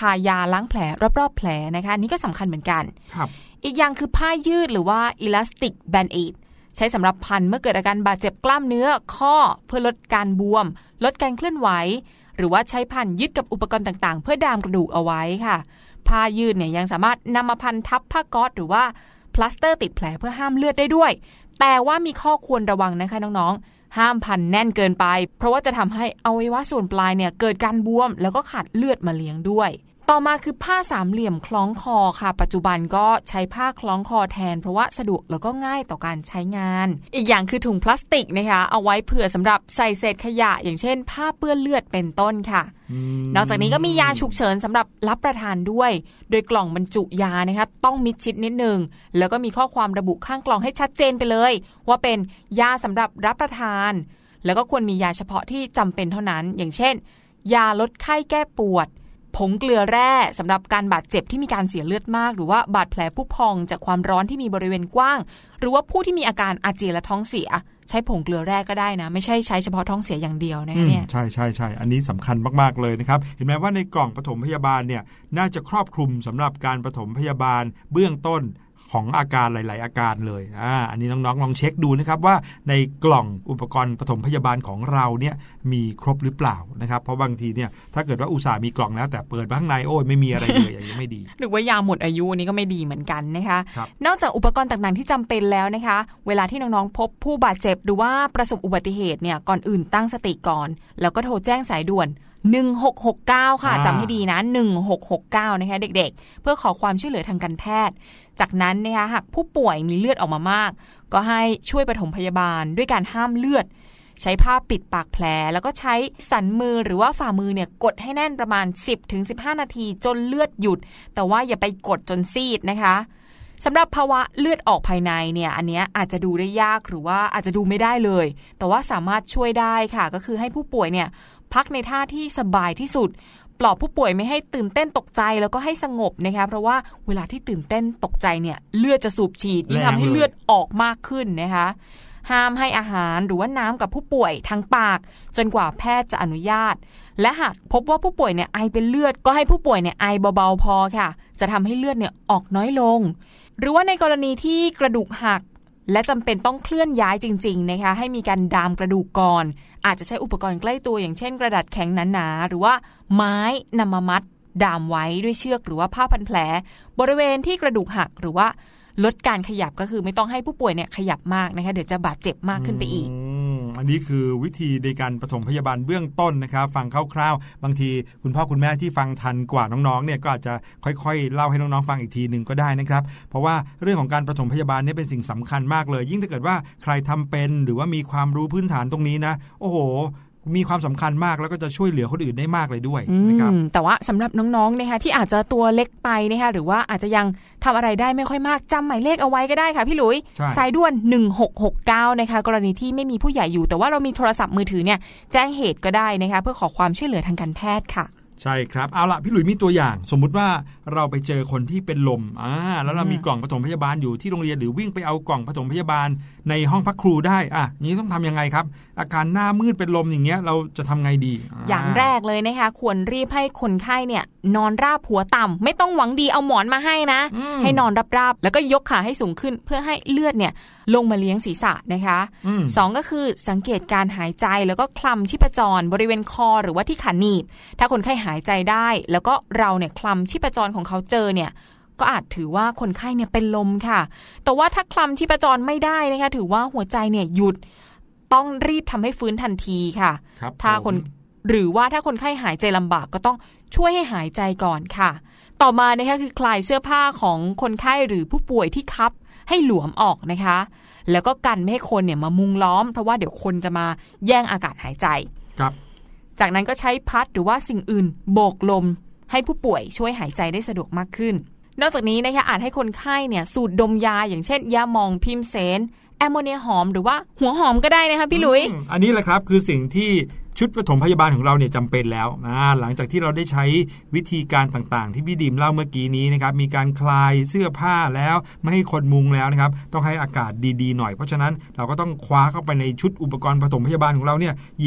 ายาล้างแผลรอบๆแผลนะคะนี่ก็สำคัญเหมือนกันครับอีกอย่างคือผ้ายืดหรือว่า elastic band-aid ใช้สำหรับพันเมื่อเกิดอาการบาดเจ็บกล้ามเนื้อข้อเพื่อลดการบวมลดการเคลื่อนไหวหรือว่าใช้พันยึดกับอุปกรณ์ต่างๆเพื่อดามกระดูกเอาไว้ค่ะผ้ายืดเนี่ยยังสามารถนำมาพันทับผ้าก๊อซหรือว่าพลาสเตอร์ติดแผลเพื่อห้ามเลือดได้ด้วยแต่ว่ามีข้อควรระวังนะคะน้องๆห้ามพันแน่นเกินไปเพราะว่าจะทำให้อวัยวะส่วนปลายเนี่ยเกิดการบวมแล้วก็ขาดเลือดมาเลี้ยงด้วยต่อมาคือผ้าสามเหลี่ยมคล้องคอค่ะปัจจุบันก็ใช้ผ้าคล้องคอแทนเพราะว่าสะดวกแล้วก็ง่ายต่อการใช้งานอีกอย่างคือถุงพลาสติกนะคะเอาไว้เผื่อสำหรับใส่เศษขยะอย่างเช่นผ้าเปื้อนเลือดเป็นต้นค่ะนอกจากนี้ก็มียาฉุกเฉินสำหรับรับประทานด้วยโดยกล่องบรรจุยานะคะต้องมิดชิดนิดนึงแล้วก็มีข้อความระบุข้างกล่องให้ชัดเจนไปเลยว่าเป็นยาสำหรับรับประทานแล้วก็ควรมียาเฉพาะที่จำเป็นเท่านั้นอย่างเช่นยาลดไข้แก้ปวดผงเกลือแร่สำหรับการบาดเจ็บที่มีการเสียเลือดมากหรือว่าบาดแผลพุพองจากความร้อนที่มีบริเวณกว้างหรือว่าผู้ที่มีอาการอาเจียนและท้องเสียใช้ผงเกลือแร่ก็ได้นะไม่ใช่ใช้เฉพาะท้องเสียอย่างเดียวนะเนี่ยใช่ใช่ใช่อันนี้สำคัญมากๆเลยนะครับเห็นไหมว่าในกล่องปฐมพยาบาลเนี่ยน่าจะครอบคลุมสำหรับการปฐมพยาบาลเบื้องต้นของอาการหลายๆอาการเลยอ่าอันนี้น้องๆลองเช็คดูนะครับว่าในกล่องอุปกรณ์ปฐมพยาบาลของเราเนี่ยมีครบหรือเปล่านะครับเพราะบางทีเนี่ยถ้าเกิดว่าอุตส่าห์มีกล่องแล้วแต่เปิดข้างในโอ้ยไม่มีอะไรเลยอย่างนี้ไม่ดีหรือว่ายาหมดอายุนี้ก็ไม่ดีเหมือนกันนะคะนอกจากอุปกรณ์ต่างๆที่จำเป็นแล้วนะคะเวลาที่น้องๆพบผู้บาดเจ็บหรือว่าประสบอุบัติเหตุเนี่ยก่อนอื่นตั้งสติก่อนแล้วก็โทรแจ้งสายด่วนหนึ่งหกหกเก้าค่ะจำให้ดีนะหนึ่งหกหกเก้านะคะเด็กๆเพื่อขอความช่วยเหลือทางการแพทย์จากนั้นนะคะหากผู้ป่วยมีเลือดออกมามากก็ให้ช่วยปฐมพยาบาลด้วยการห้ามเลือดใช้ผ้าปิดปากแผลแล้วก็ใช้สันมือหรือว่าฝ่ามือเนี่ยกดให้แน่นประมาณ สิบถึงสิบห้า นาทีจนเลือดหยุดแต่ว่าอย่าไปกดจนซีดนะคะสำหรับภาวะเลือดออกภายในเนี่ยอันเนี้ยอาจจะดูได้ยากหรือว่าอาจจะดูไม่ได้เลยแต่ว่าสามารถช่วยได้ค่ะก็คือให้ผู้ป่วยเนี่ยพักในท่าที่สบายที่สุดปลอบผู้ป่วยไม่ให้ตื่นเต้นตกใจแล้วก็ให้สงบนะคะเพราะว่าเวลาที่ตื่นเต้นตกใจเนี่ยเลือดจะสูบฉีดยิ่งทำให้เลือดออกมากขึ้นนะคะห้ามให้อาหารหรือว่าน้ำกับผู้ป่วยทางปากจนกว่าแพทย์จะอนุญาตและหากพบว่าผู้ป่วยเนี่ยไอเป็นเลือดก็ให้ผู้ป่วยเนี่ยไอเบาๆพอค่ะจะทำให้เลือดเนี่ยออกน้อยลงหรือว่าในกรณีที่กระดูกหักและจำเป็นต้องเคลื่อนย้ายจริงๆนะคะให้มีการดามกระดูกก่อนอาจจะใช้อุปกรณ์ใกล้ตัวอย่างเช่นกระดาษแข็งหนาๆหรือว่าไม้นำมามัดดามไว้ด้วยเชือกหรือว่าผ้าพันแผลบริเวณที่กระดูกหักหรือว่าลดการขยับก็คือไม่ต้องให้ผู้ป่วยเนี่ยขยับมากนะคะเดี๋ยวจะบาดเจ็บมากขึ้นไปอีกอันนี้คือวิธีในการปฐมพยาบาลเบื้องต้นนะครับฟังคร่าวๆบางทีคุณพ่อคุณแม่ที่ฟังทันกว่าน้องๆเนี่ยก็อาจจะค่อยๆเล่าให้น้องๆฟังอีกทีนึงก็ได้นะครับเพราะว่าเรื่องของการปฐมพยาบาลเนี่ยเป็นสิ่งสำคัญมากเลยยิ่งถ้าเกิดว่าใครทำเป็นหรือว่ามีความรู้พื้นฐานตรงนี้นะโอ้โหมีความสำคัญมากแล้วก็จะช่วยเหลือคนอื่นได้มากเลยด้วยนะครับแต่ว่าสำหรับน้องๆนะคะที่อาจจะตัวเล็กไปนะคะหรือว่าอาจจะยังทำอะไรได้ไม่ค่อยมากจำหมายเลขเอาไว้ก็ได้ค่ะพี่หลุยสายด่วนหนึ่งหกหกเก้านะคะกรณีที่ไม่มีผู้ใหญ่อยู่แต่ว่าเรามีโทรศัพท์มือถือเนี่ยแจ้งเหตุก็ได้นะคะเพื่อขอความช่วยเหลือทางการแพทย์ค่ะใช่ครับเอาล่ะพี่หลุยมีตัวอย่างสมมุติว่าเราไปเจอคนที่เป็นลมอ่าแล้วเรามีกล่องปฐมพยาบาลอยู่ที่โรงเรียนหรือวิ่งไปเอากล่องปฐมพยาบาลในห้องพักครูได้อ่ะนี้ต้องทำยังไงครับอาการหน้ามืดเป็นลมอย่างเงี้ยเราจะทำไงดีอ, อย่างแรกเลยนะคะควรรีบให้คนไข้เนี่ยนอนราบหัวต่ำไม่ต้องหวังดีเอาหมอนมาให้นะให้นอนราบๆแล้วก็ยกขาให้สูงขึ้นเพื่อให้เลือดเนี่ยลงมาเลี้ยงศีรษะนะคะสองก็คือสังเกตการหายใจแล้วก็คลำชีพจรบริเวณคอหรือว่าที่ขาหนีบถ้าคนไข้หายใจได้แล้วก็เราเนี่ยคลำชีพจรของเขาเจอเนี่ยก็อาจถือว่าคนไข้เนี่ยเป็นลมค่ะแต่ว่าถ้าคลำชีพจรไม่ได้นะคะถือว่าหัวใจเนี่ยหยุดต้องรีบทำให้ฟื้นทันทีค่ะถ้าคนหรือว่าถ้าคนไข้หายใจลำบากก็ต้องช่วยให้หายใจก่อนค่ะต่อมานะคะคือคลายเสื้อผ้าของคนไข้หรือผู้ป่วยที่คับให้หลวมออกนะคะแล้วก็กันไม่ให้คนเนี่ยมามุงล้อมเพราะว่าเดี๋ยวคนจะมาแย่งอากาศหายใจครับจากนั้นก็ใช้พัดหรือว่าสิ่งอื่นโบกลมให้ผู้ป่วยช่วยหายใจได้สะดวกมากขึ้นนอกจากนี้นะคะอาจให้คนไข้เนี่ยสูดดมยาอย่างเช่นยาหม่องพิมเสนแอมโมเนียหอมหรือว่าหัวหอมก็ได้นะคะพี่ลุยอันนี้แหละครับคือสิ่งที่ชุดปฐมพยาบาลของเราเนี่ยจำเป็นแล้วนะหลังจากที่เราได้ใช้วิธีการต่างๆที่พี่ดิมเล่าเมื่อกี้นี้นะครับมีการคลายเสื้อผ้าแล้วไม่ให้คนมุงแล้วนะครับต้องให้อากาศดีๆหน่อยเพราะฉะนั้นเราก็ต้องคว้าเข้าไปในชุดอุปกรณ์ปฐมพยาบาลของเราเนี่ยหยิบ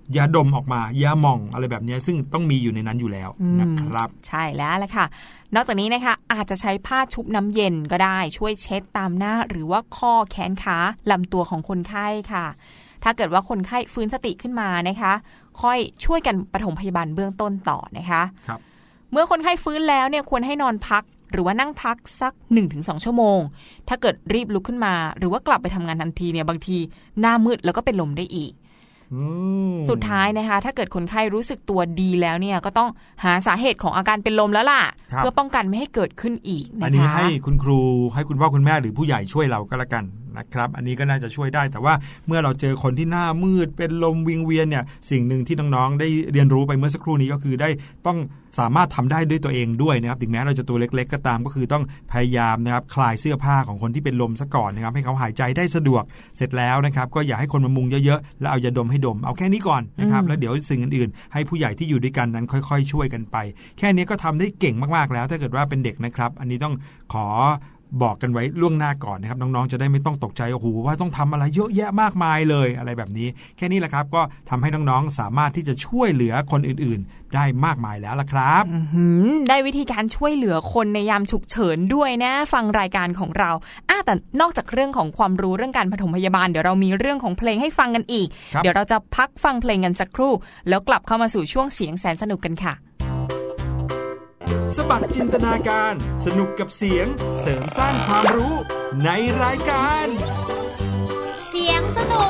ยาดมออกมายาหม่องอะไรแบบนี้ซึ่งต้องมีอยู่ในนั้นอยู่แล้วนะครับใช่แล้วแหละค่ะนอกจากนี้นะคะอาจจะใช้ผ้าชุบน้ำเย็นก็ได้ช่วยเช็ดตามหน้าหรือว่าข้อแขนขาลำตัวของคนไข้ค่ะถ้าเกิดว่าคนไข้ฟื้นสติขึ้นมานะคะค่อยช่วยกันปฐมพยาบาลเบื้องต้นต่อนะคะครับเมื่อคนไข้ฟื้นแล้วเนี่ยควรให้นอนพักหรือว่านั่งพักสัก หนึ่งถึงสอง ชั่วโมงถ้าเกิดรีบลุกขึ้นมาหรือว่ากลับไปทำงานทันทีเนี่ยบางทีหน้ามืดแล้วก็เป็นลมได้อีกสุดท้ายนะคะถ้าเกิดคนไข้รู้สึกตัวดีแล้วเนี่ยก็ต้องหาสาเหตุของอาการเป็นลมแล้วล่ะเพื่อป้องกันไม่ให้เกิดขึ้นอีกนะคะอันนี้ให้คุณครูให้คุณพ่อคุณแม่หรือผู้ใหญ่ช่วยเราก็แล้วกันนะครับอันนี้ก็น่าจะช่วยได้แต่ว่าเมื่อเราเจอคนที่หน้ามืดเป็นลมวิงเวียนเนี่ยสิ่งหนึ่งที่น้องๆได้เรียนรู้ไปเมื่อสักครู่นี้ก็คือได้ต้องสามารถทำได้ด้วยตัวเองด้วยนะครับถึงแม้เราจะตัวเล็กๆก็ตามก็คือต้องพยายามนะครับคลายเสื้อผ้าของคนที่เป็นลมซะก่อนนะครับให้เขาหายใจได้สะดวกเสร็จแล้วนะครับก็อย่าให้คนมามุงเยอะๆแล้วเอายาดมให้ดมเอาแค่นี้ก่อนนะครับแล้วเดี๋ยวสิ่งอื่นๆให้ผู้ใหญ่ที่อยู่ด้วยกันนั้นค่อยๆช่วยกันไปแค่นี้ก็ทำได้เก่งมากๆแล้วถ้าเกิดว่าเป็นเด็กนะครับอันนี้ต้องขอบอกกันไว้ล่วงหน้าก่อนนะครับน้องๆจะได้ไม่ต้องตกใจโอ้โหว่าต้องทำอะไรเยอะแยะมากมายเลยอะไรแบบนี้แค่นี้แหละครับก็ทำให้น้องๆสามารถที่จะช่วยเหลือคนอื่นๆได้มากมายแล้วล่ะครับได้วิธีการช่วยเหลือคนในยามฉุกเฉินด้วยนะฟังรายการของเราอ้าแต่นอกจากเรื่องของความรู้เรื่องการปฐมพยาบาลเดี๋ยวเรามีเรื่องของเพลงให้ฟังกันอีกเดี๋ยวเราจะพักฟังเพลงกันสักครู่แล้วกลับเข้ามาสู่ช่วงเสียงแสนสนุกกันค่ะสบัดจินตนาการสนุกกับเสียงเสริมสร้างความรู้ในรายการเสียงสนุก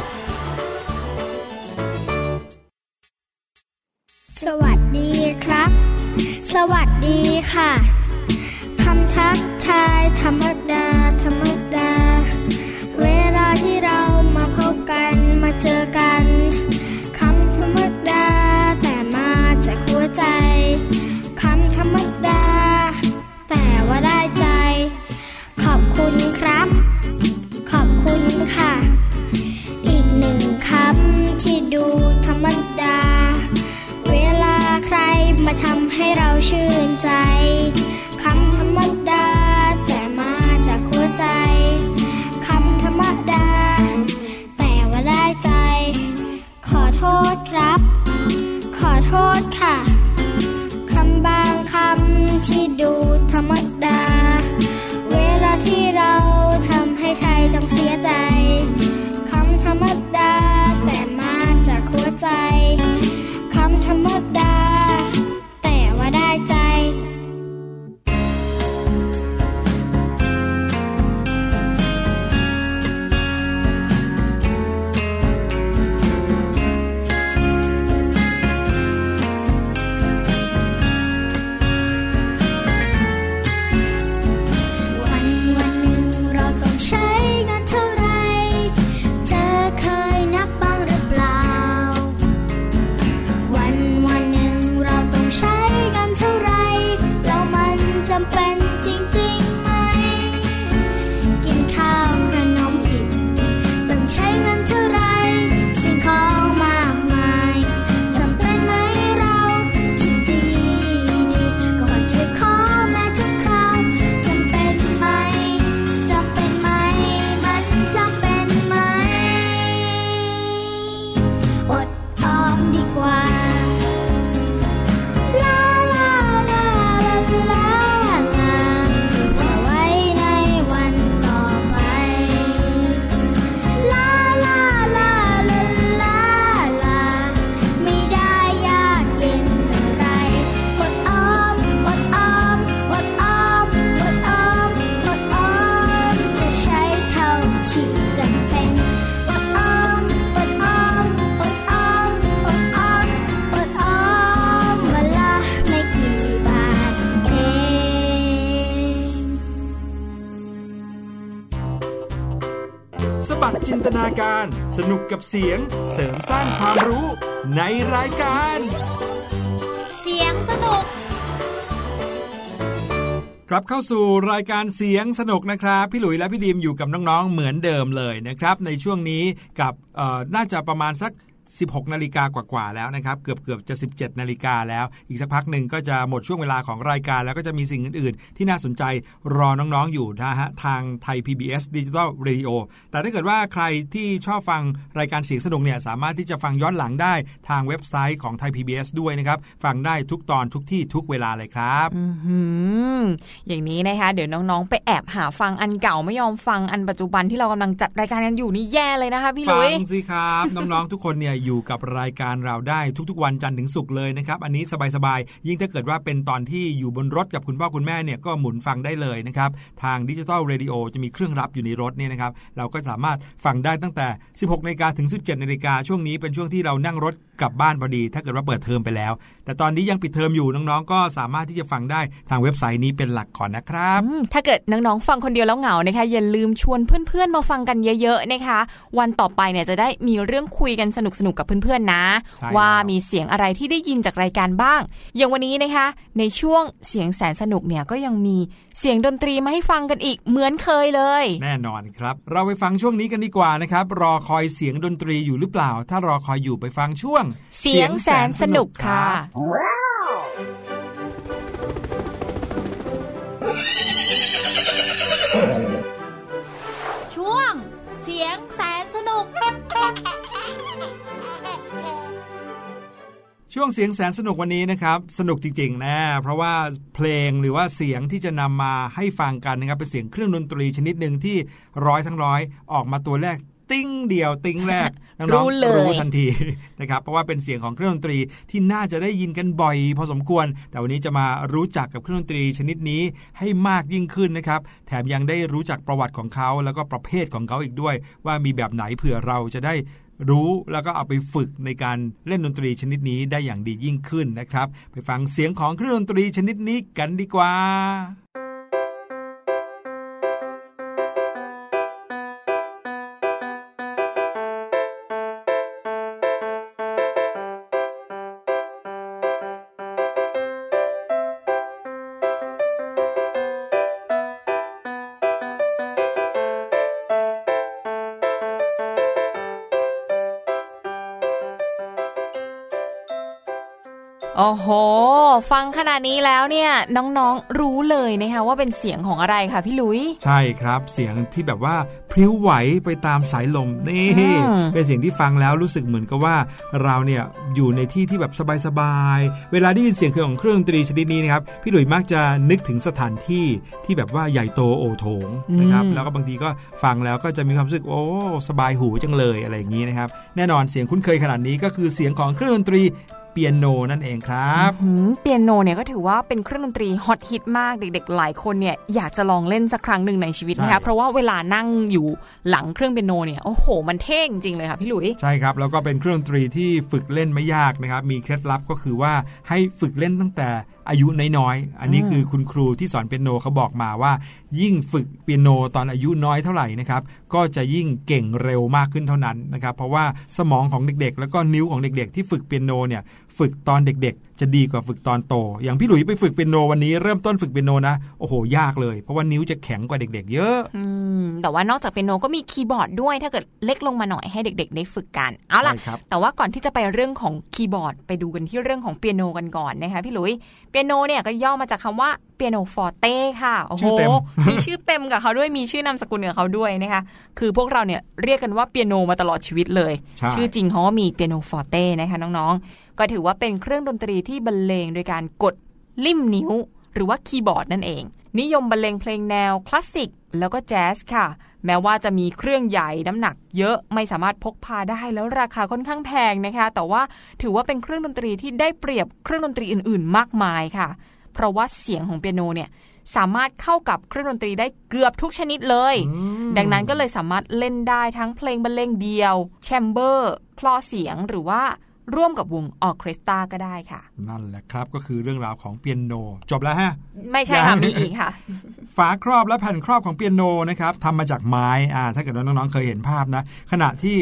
สวัสดีครับสวัสดีค่ะคำทักทายธรรมดาธรรมดาเวลาที่เรามาพบกันมาเจอกันคำธรรมดาแต่มาจากหัวใจคำธรรมดาแต่ว่าได้ใจขอบคุณครับขอบคุณค่ะอีกหนึ่งคำที่ดูธรรมดาเวลาใครมาทำให้เราชื่นใจคำธรรมดาแต่มาจากหัวใจคำธรรมดาแต่ว่าได้ใจขอโทษครับขอโทษค่ะคำบางคำที่ดูธรรมดาเวลาที่เราทำให้ใครต้องเสียใจคำธรรมดาแต่มาจากหัวใจคำธรรมดาแต่ว่าได้ใจจินตนาการสนุกกับเสียงเสริมสร้างความรู้ในรายการเสียงสนุกกลับเข้าสู่รายการเสียงสนุกนะครับพี่หลุยและพี่ดีมอยู่กับน้องๆเหมือนเดิมเลยนะครับในช่วงนี้กับน่าจะประมาณสักสิบหกนาฬิกากว่าๆแล้วนะครับเกือบๆจะสิบเจ็ดนาฬิกาแล้วอีกสักพักหนึ่งก็จะหมดช่วงเวลาของรายการแล้วก็จะมีสิ่งอื่นๆที่น่าสนใจรอน้องๆอยู่นะฮะทางไทย พี บี เอส Digital Radio แต่ถ้าเกิดว่าใครที่ชอบฟังรายการเสียงสนุกเนี่ยสามารถที่จะฟังย้อนหลังได้ทางเว็บไซต์ของไทย พี บี เอส ด้วยนะครับฟังได้ทุกตอนทุกที่ทุกเวลาเลยครับอืออย่างนี้นะคะเดี๋ยวน้องๆไปแอบหาฟังอันเก่าไม่ยอมฟังอันปัจจุบันที่เรากำลังจัดรายการกันอยู่นี่แย่เลยนะคะพี่ลุยฟังสิครับ น้องๆทุกคนเนี่ยอยู่กับรายการเราได้ทุกๆวันจันทร์ถึงศุกร์เลยนะครับอันนี้สบายๆยิ่งถ้าเกิดว่าเป็นตอนที่อยู่บนรถกับคุณพ่อคุณแม่เนี่ยก็หมุนฟังได้เลยนะครับทางดิจิตอลเรดิโอจะมีเครื่องรับอยู่ในรถเนี่ยนะครับเราก็สามารถฟังได้ตั้งแต่ สิบหกนาฬิกา ถึง สิบเจ็ดนาฬิกาช่วงนี้เป็นช่วงที่เรานั่งรถกลับบ้านพอดีถ้าเกิดว่าเปิดเทอมไปแล้วแต่ตอนนี้ยังปิดเทอมอยู่น้องๆก็สามารถที่จะฟังได้ทางเว็บไซต์นี้เป็นหลักก่อนนะครับถ้าเกิดน้องๆฟังคนเดียวแล้วเหงานะคะอย่าลืมชวนเพื่อนๆมาฟังกันเยอะๆนะคะวันต่อไปเนี่ยจะได้มีเรื่องคุยกันสนุกๆกับเพื่อนๆนะว่ามีเสียงอะไรที่ได้ยินจากรายการบ้างอย่างวันนี้นะคะในช่วงเสียงแสนสนุกเนี่ยก็ยังมีเสียงดนตรีมาให้ฟังกันอีกเหมือนเคยเลยแน่นอนครับเราไปฟังช่วงนี้กันดีกว่านะครับรอคอยเสียงดนตรีอยู่หรือเปล่าถ้ารอคอยอยู่ไปฟังช่วงเสียงแสนสนุกค่ะช่วงเสียงแสนสนุกช่วงเสียงแสนสนุกวันนี้นะครับสนุกจริงๆนะเพราะว่าเพลงหรือว่าเสียงที่จะนำมาให้ฟังกันนะครับเป็นเสียงเครื่องดนตรีชนิดหนึ่งที่ร้อยทั้งร้อยออกมาตัวแรกติ้งเดียวติ้งแรกน้องๆรู้ทันทีนะครับเพราะว่าเป็นเสียงของเครื่องดนตรีที่น่าจะได้ยินกันบ่อยพอสมควรแต่วันนี้จะมารู้จักกับเครื่องดนตรีชนิดนี้ให้มากยิ่งขึ้นนะครับแถมยังได้รู้จักประวัติของเขาแล้วก็ประเภทของเขาอีกด้วยว่ามีแบบไหนเผื่อเราจะได้รู้แล้วก็เอาไปฝึกในการเล่นดนตรีชนิดนี้ได้อย่างดียิ่งขึ้นนะครับไปฟังเสียงของเครื่องดนตรีชนิดนี้กันดีกว่าโอ้โหฟังขนาดนี้แล้วเนี่ยน้องๆรู้เลยนะคะว่าเป็นเสียงของอะไรค่ะพี่ลุยใช่ครับเสียงที่แบบว่าพลิ้วไหวไปตามสายลมนี่เป็นเสียงที่ฟังแล้วรู้สึกเหมือนกับว่าเราเนี่ยอยู่ในที่ที่แบบสบายๆเวลาได้ยินเสียงของเครื่องดนตรีชนิดนี้นะครับพี่ลุยมักจะนึกถึงสถานที่ที่แบบว่าใหญ่โตโอโถงนะครับแล้วก็บางทีก็ฟังแล้วก็จะมีความรู้สึกโอ้สบายหูจังเลยอะไรอย่างนี้นะครับแน่นอนเสียงคุ้นเคยขนาดนี้ก็คือเสียงของเครื่องดนตรีเปียโนนั่นเองครับเปียโนเนี่ยก็ถือว่าเป็นเครื่องดนตรีฮอตฮิตมากเด็กๆหลายคนเนี่ยอยากจะลองเล่นสักครั้งหนึ่งในชีวิตนะคะเพราะว่าเวลานั่งอยู่หลังเครื่องเปียโนเนี่ยโอ้โหมันเท่จริงเลยค่ะพี่หลุยใช่ครับแล้วก็เป็นเครื่องดนตรีที่ฝึกเล่นไม่ยากนะครับมีเคล็ดลับก็คือว่าให้ฝึกเล่นตั้งแต่อายุน้อยๆอันนี้คือคุณครูที่สอนเปียโนเขาบอกมาว่ายิ่งฝึกเปียโนตอนอายุน้อยเท่าไหร่นะครับก็จะยิ่งเก่งเร็วมากขึ้นเท่านั้นนะครับเพราะว่าสมองของเด็กๆแล้วก็นิ้วของเด็กๆที่ฝึกเปียโนเนี่ยฝึกตอนเด็กๆจะดีกว่าฝึกตอนโตอย่างพี่หลุยไปฝึกเปียโนวันนี้เริ่มต้นฝึกเปียโนนะโอ้โหยากเลยเพราะว่านิ้วจะแข็งกว่าเด็กๆเยอะอืมแต่ว่านอกจากเปียโนก็มีคีย์บอร์ดด้วยถ้าเกิดเล็กลงมาหน่อยให้เด็กๆได้ฝึกกันเอาล่ะแต่ว่าก่อนที่จะไปเรื่องของคีย์บอร์ดไปดูกันที่เรื่องของเปียโนกันก่อนนะคะพี่หลุยเปียโนเนี่ยก็ย่อมาจากคำว่าเปียโนฟอร์เต้ค่ะโอ้โหมีชื่อเต็มกับเขาด้วยมีชื่อนามสกุลกับเขาด้วยนะคะคือพวกเราเนี่ยเรียกกันว่าเปียโนมาตลอดชีวิตเลยชื่อจริงเขาว่ามีเปียโนฟอร์เต้นะคะน้องๆก็ถือว่าเป็นเครื่องดนตรีที่บรรเลงโดยการกดลิ่มนิ้วหรือว่าคีย์บอร์ดนั่นเองนิยมบรรเลงเพลงแนวคลาสสิกแล้วก็แจ๊สค่ะแม้ว่าจะมีเครื่องใหญ่น้ำหนักเยอะไม่สามารถพกพาได้แล้วราคาค่อนข้างแพงนะคะแต่ว่าถือว่าเป็นเครื่องดนตรีที่ได้เปรียบเครื่องดนตรีอื่นๆมากมายค่ะเพราะว่าเสียงของเปียโนเนี่ยสามารถเข้ากับเครื่องดนตรีได้เกือบทุกชนิดเลยดังนั้นก็เลยสามารถเล่นได้ทั้งเพลงบรรเลงเดียวแชมเบอร์คลอเสียงหรือว่าร่วมกับวงออร์เคสตราก็ได้ค่ะนั่นแหละครับก็คือเรื่องราวของเปียโนจบแล้วฮะไม่ใช่ค่ะมีอีกค่ะฝาครอบและแผ่นครอบของเปียโนนะครับทำมาจากไม้อ่าถ้าเกิดว่าน้องๆเคยเห็นภาพนะขณะที่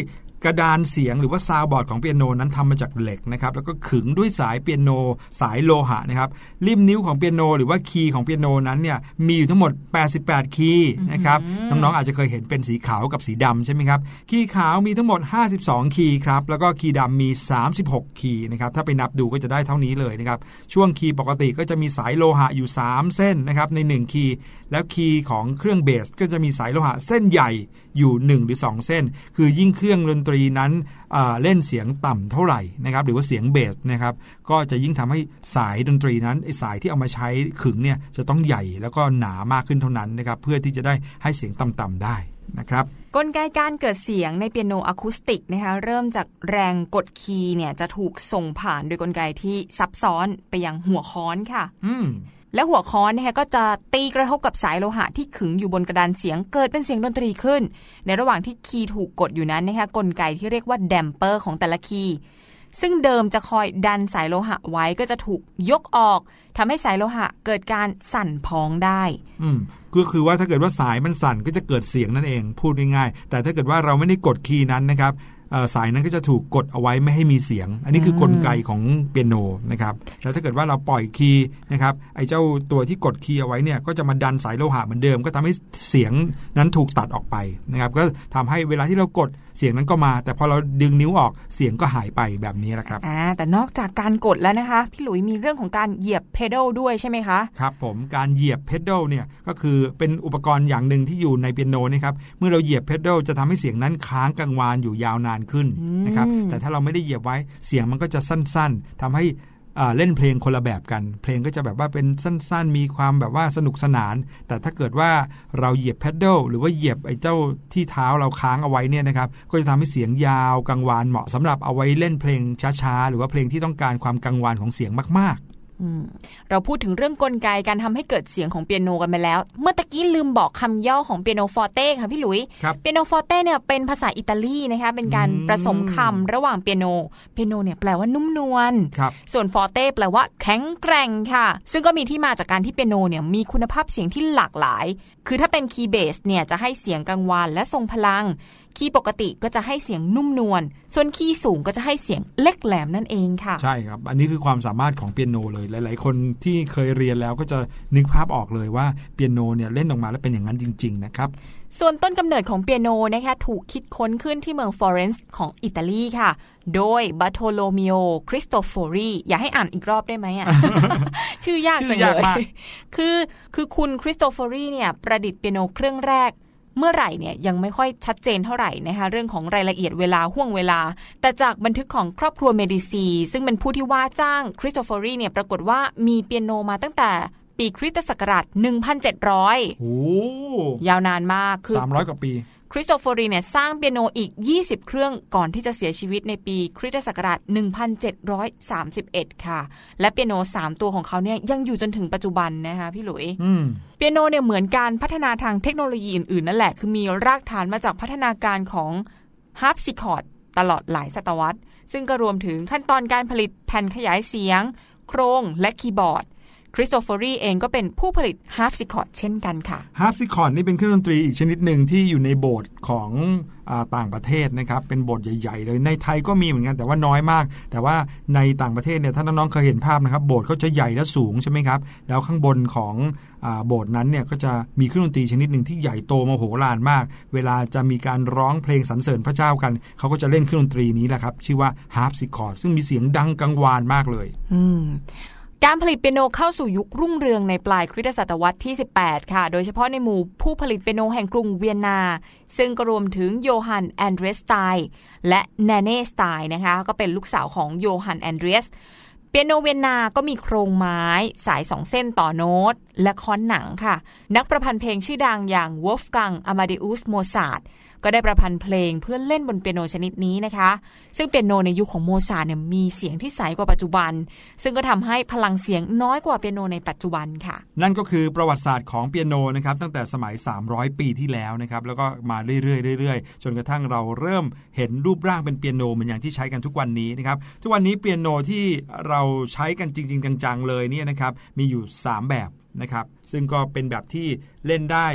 กระดานเสียงหรือว่าซาวด์บอร์ดของเปียโนนั้นทำมาจากเหล็กนะครับแล้วก็ขึงด้วยสายเปียโนสายโลหะนะครับริมนิ้วของเปียโนหรือว่าคีย์ของเปียโนนั้นเนี่ยมีอยู่ทั้งหมดแปดสิบแปดคีย์นะครับน้องๆอาจจะเคยเห็นเป็นสีขาวกับสีดำใช่ไหมครับคีย์ขาวมีทั้งหมดห้าสิบสองคีย์ครับแล้วก็คีย์ดำมีสามสิบหกคีย์นะครับถ้าไปนับดูก็จะได้เท่านี้เลยนะครับช่วงคีย์ปกติก็จะมีสายโลหะอยู่สามเส้นนะครับในหนึ่งคีย์แล้วคีย์ของเครื่องเบสก็จะมีสายโลหะเส้นใหญ่อยู่หนึ่งหรือสองเส้นคือยิ่งเครื่องดนตรีนั้นเอ่อเล่นเสียงต่ำเท่าไหร่นะครับหรือว่าเสียงเบสนะครับก็จะยิ่งทำให้สายดนตรีนั้นไอ้สายที่เอามาใช้ขึงเนี่ยจะต้องใหญ่แล้วก็หนามากขึ้นเท่านั้นนะครับเพื่อที่จะได้ให้เสียงต่ำๆได้นะครับกลไกการเกิดเสียงในเปียโนอะคูสติกนะคะเริ่มจากแรงกดคีย์เนี่ยจะถูกส่งผ่านโดยกลไกที่ซับซ้อนไปยังหัวค้อนค่ะอืมและหัวค้อนนะคะก็จะตีกระทบกับสายโลหะที่ขึงอยู่บนกระดานเสียงเกิดเป็นเสียงดนตรีขึ้นในระหว่างที่คีย์ถูกกดอยู่นั้นนะคะกลไกที่เรียกว่าแดมเปอร์ของแต่ละคีย์ซึ่งเดิมจะคอยดันสายโลหะไว้ก็จะถูกยกออกทำให้สายโลหะเกิดการสั่นพ้องได้อืมก็คือว่าถ้าเกิดว่าสายมันสั่นก็จะเกิดเสียงนั่นเองพูดง่ายๆแต่ถ้าเกิดว่าเราไม่ได้กดคีย์นั้นนะครับสายนั้นก็จะถูกกดเอาไว้ไม่ให้มีเสียงอันนี้คือกลไกของเปียโนนะครับแล้วถ้าเกิดว่าเราปล่อยคีย์นะครับไอ้เจ้าตัวที่กดคีย์เอาไว้เนี่ยก็จะมาดันสายโลหะเหมือนเดิมก็ทำให้เสียงนั้นถูกตัดออกไปนะครับก็ทำให้เวลาที่เรากดเสียงนั้นก็มาแต่พอเราดึงนิ้วออกเสียงก็หายไปแบบนี้แหละครับอ่าแต่นอกจากการกดแล้วนะคะพี่หลุยมีเรื่องของการเหยียบเพดลด้วยใช่ไหมคะครับผมการเหยียบเพดลเนี่ยก็คือเป็นอุปกรณ์อย่างหนึ่งที่อยู่ในเปียโนนะครับเมื่อเราเหยียบเพดลจะทำให้เสียงนั้นค้างกังวานอยู่ยาวนานขึ้นนะครับแต่ถ้าเราไม่ได้เหยียบไว้เสียงมันก็จะสั้นๆทำให้เล่นเพลงคนละแบบกันเพลงก็จะแบบว่าเป็นสั้นๆมีความแบบว่าสนุกสนานแต่ถ้าเกิดว่าเราเหยียบเพดลหรือว่าเหยียบไอ้เจ้าที่เท้าเราค้างเอาไว้เนี่ยนะครับก็จะทำให้เสียงยาวกังวานเหมาะสำหรับเอาไว้เล่นเพลงช้าๆหรือว่าเพลงที่ต้องการความกังวานของเสียงมากๆเราพูดถึงเรื่องกลไกการทำให้เกิดเสียงของเปียโนกันไปแล้วเมื่อตะกี้ลืมบอกคำย่อของเปียโนฟอร์เต้ค่ะพี่หลุยเปียโนฟอร์เต้เนี่ยเป็นภาษาอิตาลีนะคะเป็นการผสมคำระหว่างเปียโนเปียโนเนี่ยแปลว่านุ่มนวลส่วนฟอร์เต้แปลว่าแข็งแกร่งค่ะซึ่งก็มีที่มาจากการที่เปียโนเนี่ยมีคุณภาพเสียงที่หลากหลายคือถ้าเป็นคีย์เบสเนี่ยจะให้เสียงกังวานและทรงพลังคีย์ปกติก็จะให้เสียงนุ่มนวลส่วนคีย์สูงก็จะให้เสียงเล็กแหลมนั่นเองค่ะใช่ครับอันนี้คือความสามารถของเปียโนเลยหลายๆคนที่เคยเรียนแล้วก็จะนึกภาพออกเลยว่าเปียโนเนี่ยเล่นออกมาแล้วเป็นอย่างนั้นจริงๆนะครับส่วนต้นกำเนิดของเปียโนนะคะถูกคิดค้นขึ้นที่เมืองฟลอเรนซ์ของอิตาลีค่ะโดยบาโทโลมิโอคริสโตโฟรีอย่าให้อ่านอีกรอบได้ไหมอ่ะ ชื่อยากจังเลยคือคือคุณคริสโตโฟรีเนี่ยประดิษฐ์เปียโนเครื่องแรกเมื่อไหร่เนี่ยยังไม่ค่อยชัดเจนเท่าไหร่นะคะเรื่องของรายละเอียดเวลาห่วงเวลาแต่จากบันทึกของครอบครัวเมดิซีซึ่งเป็นผู้ที่ว่าจ้างคริสโตโฟรีเนี่ยปรากฏว่ามีเปียโนมาตั้งแต่ปีคริสตศักราชหนึ่งพันเจ็ดร้อยโอ้ยาวนานมากคือสามร้อยกว่าปีคริสโตโฟรีเนี่ยสร้างเปียโนอีกยี่สิบเครื่องก่อนที่จะเสียชีวิตในปีคริสตศักราชหนึ่งพันเจ็ดร้อยสามสิบเอ็ดค่ะและเปียโนสามตัวของเขาเนี่ยยังอยู่จนถึงปัจจุบันนะคะพี่หลุยเปียโนเนี่ยเหมือนการพัฒนาทางเทคโนโลยีอื่นๆนั่นแหละคือมีรากฐานมาจากพัฒนาการของฮาร์ปซิคอร์ดตลอดหลายศตวรรษซึ่งก็รวมถึงขั้นตอนการผลิตแผ่นขยายเสียงโครงและคีย์บอร์ดคริสโตโฟรีเองก็เป็นผู้ผลิตฮาร์ปซิคอร์ดเช่นกันค่ะฮาร์ปซิคอร์ดนี่เป็นเครื่องดนตรีอีกชนิดหนึ่งที่อยู่ในโบสถ์ของต่างประเทศนะครับเป็นโบสถ์ใหญ่ๆเลยในไทยก็มีเหมือนกันแต่ว่าน้อยมากแต่ว่าในต่างประเทศเนี่ยถ้าน้องๆเคยเห็นภาพนะครับโบสถ์เขาจะใหญ่และสูงใช่ไหมครับแล้วข้างบนของโบสถ์นั้นเนี่ยก็จะมีเครื่องดนตรีชนิดหนึ่งที่ใหญ่โตมโหฬารมากเวลาจะมีการร้องเพลงสรรเสริญพระเจ้ากันเขาก็จะเล่นเครื่องดนตรีนี้แหละครับชื่อว่าฮาร์ปซิคอร์ดซึ่งมีเสียงดังกังวานมากเลยอืมการผลิตเปียโนเข้าสู่ยุครุ่งเรืองในปลายคริสตศตวรรษที่สิบแปดค่ะโดยเฉพาะในหมู่ผู้ผลิตเปียโนแห่งกรุงเวียนนาซึ่งก็รวมถึงโยฮันแอนเดรียสสไตน์และแนเน่สไตน์นะคะก็เป็นลูกสาวของโยฮันแอนเดรียสเปียโนเวียนนาก็มีโครงไม้สายสองเส้นต่อโน้ตและค้อนหนังค่ะนักประพันธ์เพลงชื่อดังอย่างวอล์ฟกังอามาเดอุสโมซาร์ทก็ได้ประพันธ์เพลงเพื่อเล่นบนเปียโนชนิดนี้นะคะซึ่งเปียโนในยุคของโมซาร์ทเนี่ยมีเสียงที่ใสกว่าปัจจุบันซึ่งก็ทำให้พลังเสียงน้อยกว่าเปียโนในปัจจุบันค่ะนั่นก็คือประวัติศาสตร์ของเปียโนนะครับตั้งแต่สมัยสามร้อยปีที่แล้วนะครับแล้วก็มาเรื่อยๆเรื่อยๆจนกระทั่งเราเริ่มเห็นรูปร่างเป็นเปียโนเหมือนอย่างที่ใช้กันทุกวันนี้นะครับทุกวันนี้เปียโนที่เราใช้กันจริงๆจังๆเลยเนี่ยนะครับมีอยู่สามแบบนะครับซึ่งก็เป็นแบบที่เล่นได้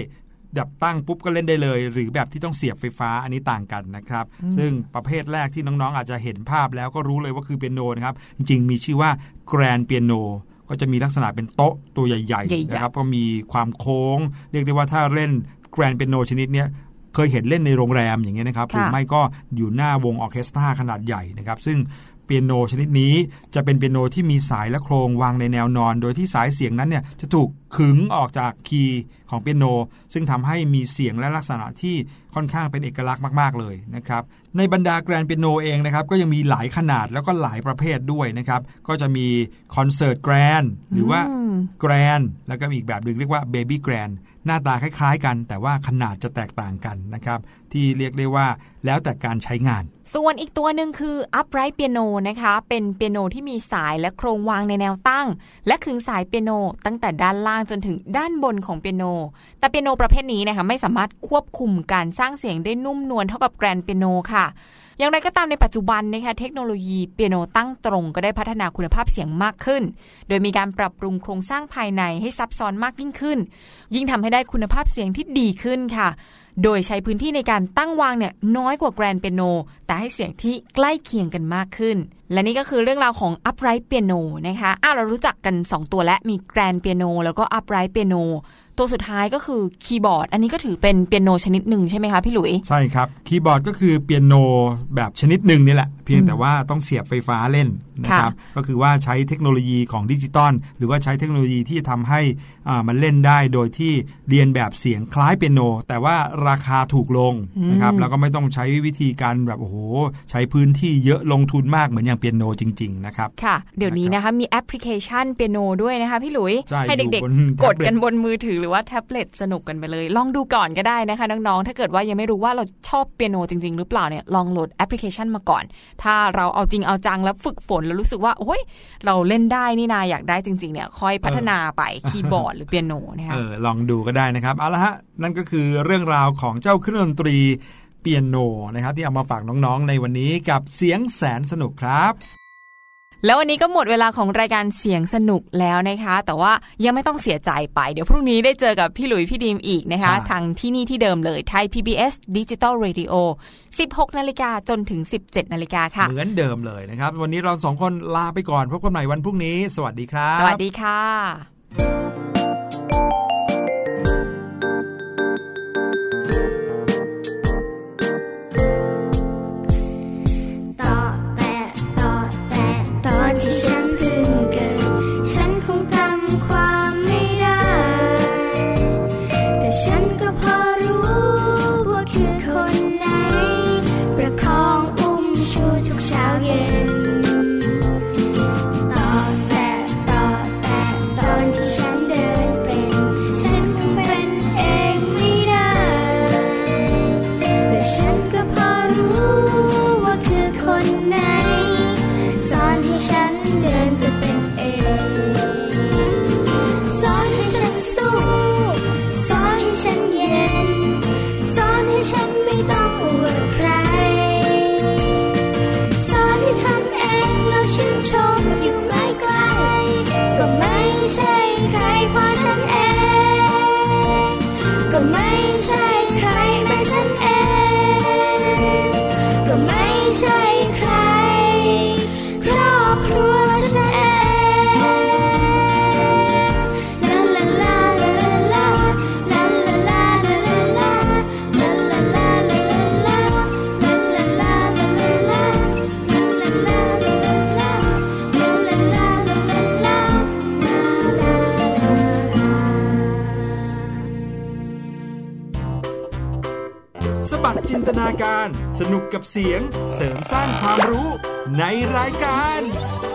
แบบตั้งปุ๊บก็เล่นได้เลยหรือแบบที่ต้องเสียบไฟฟ้าอันนี้ต่างกันนะครับซึ่งประเภทแรกที่น้องๆอาจจะเห็นภาพแล้วก็รู้เลยว่าคือเปียโนนะครับจริงๆมีชื่อว่าแกรนด์เปียโนก็จะมีลักษณะเป็นโต๊ะตัวใหญ่ๆนะครับก็มีความโค้งเรียกได้ว่าถ้าเล่นแกรนด์เปียโนชนิดเนี้ยเคยเห็นเล่นในโรงแรมอย่างเงี้ยนะครับหรือไม่ก็อยู่หน้าวงออร์เคสตราขนาดใหญ่นะครับซึ่งเปียโนชนิดนี้จะเป็นเปียโนที่มีสายและโครงวางในแนวนอนโดยที่สายเสียงนั้นเนี่ยจะถูกขึงออกจากคีย์ของเปียโนซึ่งทำให้มีเสียงและลักษณะที่ค่อนข้างเป็นเอกลักษณ์มากๆเลยนะครับในบรรดาแกรนด์เปียโนเองนะครับก็ยังมีหลายขนาดแล้วก็หลายประเภทด้วยนะครับก็จะมีคอนเสิร์ตแกรนด์หรือว่าแกรนด์แล้วก็อีกแบบนึงเรียกว่าเบบี้แกรนด์หน้าตาคล้ายๆกันแต่ว่าขนาดจะแตกต่างกันนะครับที่เรียกได้ว่าแล้วแต่การใช้งานส่วนอีกตัวหนึ่งคือ upright piano นะคะเป็นเปียโนที่มีสายและโครงวางในแนวตั้งและขึงสายเปียโนตั้งแต่ด้านล่างจนถึงด้านบนของเปียโนแต่เปียโนประเภทนี้นะคะไม่สามารถควบคุมการสร้างเสียงได้นุ่มนวลเท่ากับแกรนด์เปียโนค่ะอย่างไรก็ตามในปัจจุบันนะคะเทคโนโลยีเปียโนตั้งตรงก็ได้พัฒนาคุณภาพเสียงมากขึ้นโดยมีการปรับปรุงโครงสร้างภายในให้ซับซ้อนมากยิ่งขึ้นยิ่งทำให้ได้คุณภาพเสียงที่ดีขึ้นค่ะโดยใช้พื้นที่ในการตั้งวางเนี่ยน้อยกว่าแกรนด์เปียโนแต่ให้เสียงที่ใกล้เคียงกันมากขึ้นและนี่ก็คือเรื่องราวของ upright piano นะคะอ้าวเรารู้จักกันสองตัวและมีแกรนด์เปียโนแล้วก็ upright pianoตัวสุดท้ายก็คือคีย์บอร์ดอันนี้ก็ถือเป็นเปียโนชนิดหนึ่งใช่ไหมคะพี่หลุยใช่ครับคีย์บอร์ดก็คือเปียโนแบบชนิดหนึ่งนี่แหละเพียงแต่ว่าต้องเสียบไฟฟ้าเล่นนะครับก็คือว่าใช้เทคโนโลยีของดิจิตอลหรือว่าใช้เทคโนโลยีที่ทำให้อ่ามันเล่นได้โดยที่เรียนแบบเสียงคล้ายเปียโนแต่ว่าราคาถูกลงนะครับแล้วก็ไม่ต้องใช้วิธีการแบบโอ้โหใช้พื้นที่เยอะลงทุนมากเหมือนอย่างเปียโนจริงๆนะครับค่ะเดี๋ยวนี้นะคะมีแอปพลิเคชันเปียโนด้วยนะคะพี่หลุยให้เด็กๆกดกันบนมือถือหรือว่าแท็บเล็ตสนุกกันไปเลยลองดูก่อนก็ได้นะคะน้องๆถ้าเกิดว่ายังไม่รู้ว่าเราชอบเปียโนจริงๆหรือเปล่าเนี่ยลองโหลดแอปพลิเคชันมาก่อนถ้าเราเอาจริงเอาจังแล้วฝึกฝนแล้วรู้สึกว่าโอ้ยเราเล่นได้นี่นาอยากได้จริงๆเนี่ยค่อยพัฒนาไปคีย์บอร์ดหรือเปียโนนะคะเออลองดูก็ได้นะครับเอาละฮะนั่นก็คือเรื่องราวของเจ้าเครื่องดนตรีเปียโนนะครับที่เอามาฝากน้องๆในวันนี้กับเสียงแสนสนุกครับแล้ววันนี้ก็หมดเวลาของรายการเสียงสนุกแล้วนะคะแต่ว่ายังไม่ต้องเสียใจไปเดี๋ยวพรุ่งนี้ได้เจอกับพี่หลุยพี่ดีมอีกนะคะทางที่นี่ที่เดิมเลยไทย พี บี เอส Digital Radio สิบหกนาฬิกาจนถึง สิบเจ็ดนาฬิกาค่ะเหมือนเดิมเลยนะครับวันนี้เราสองคนลาไปก่อนพบกันใหม่วันพรุ่งนี้สวัสดีครับสวัสดีค่ะจินตนาการสนุกกับเสียงเสริมสร้างความรู้ในรายการ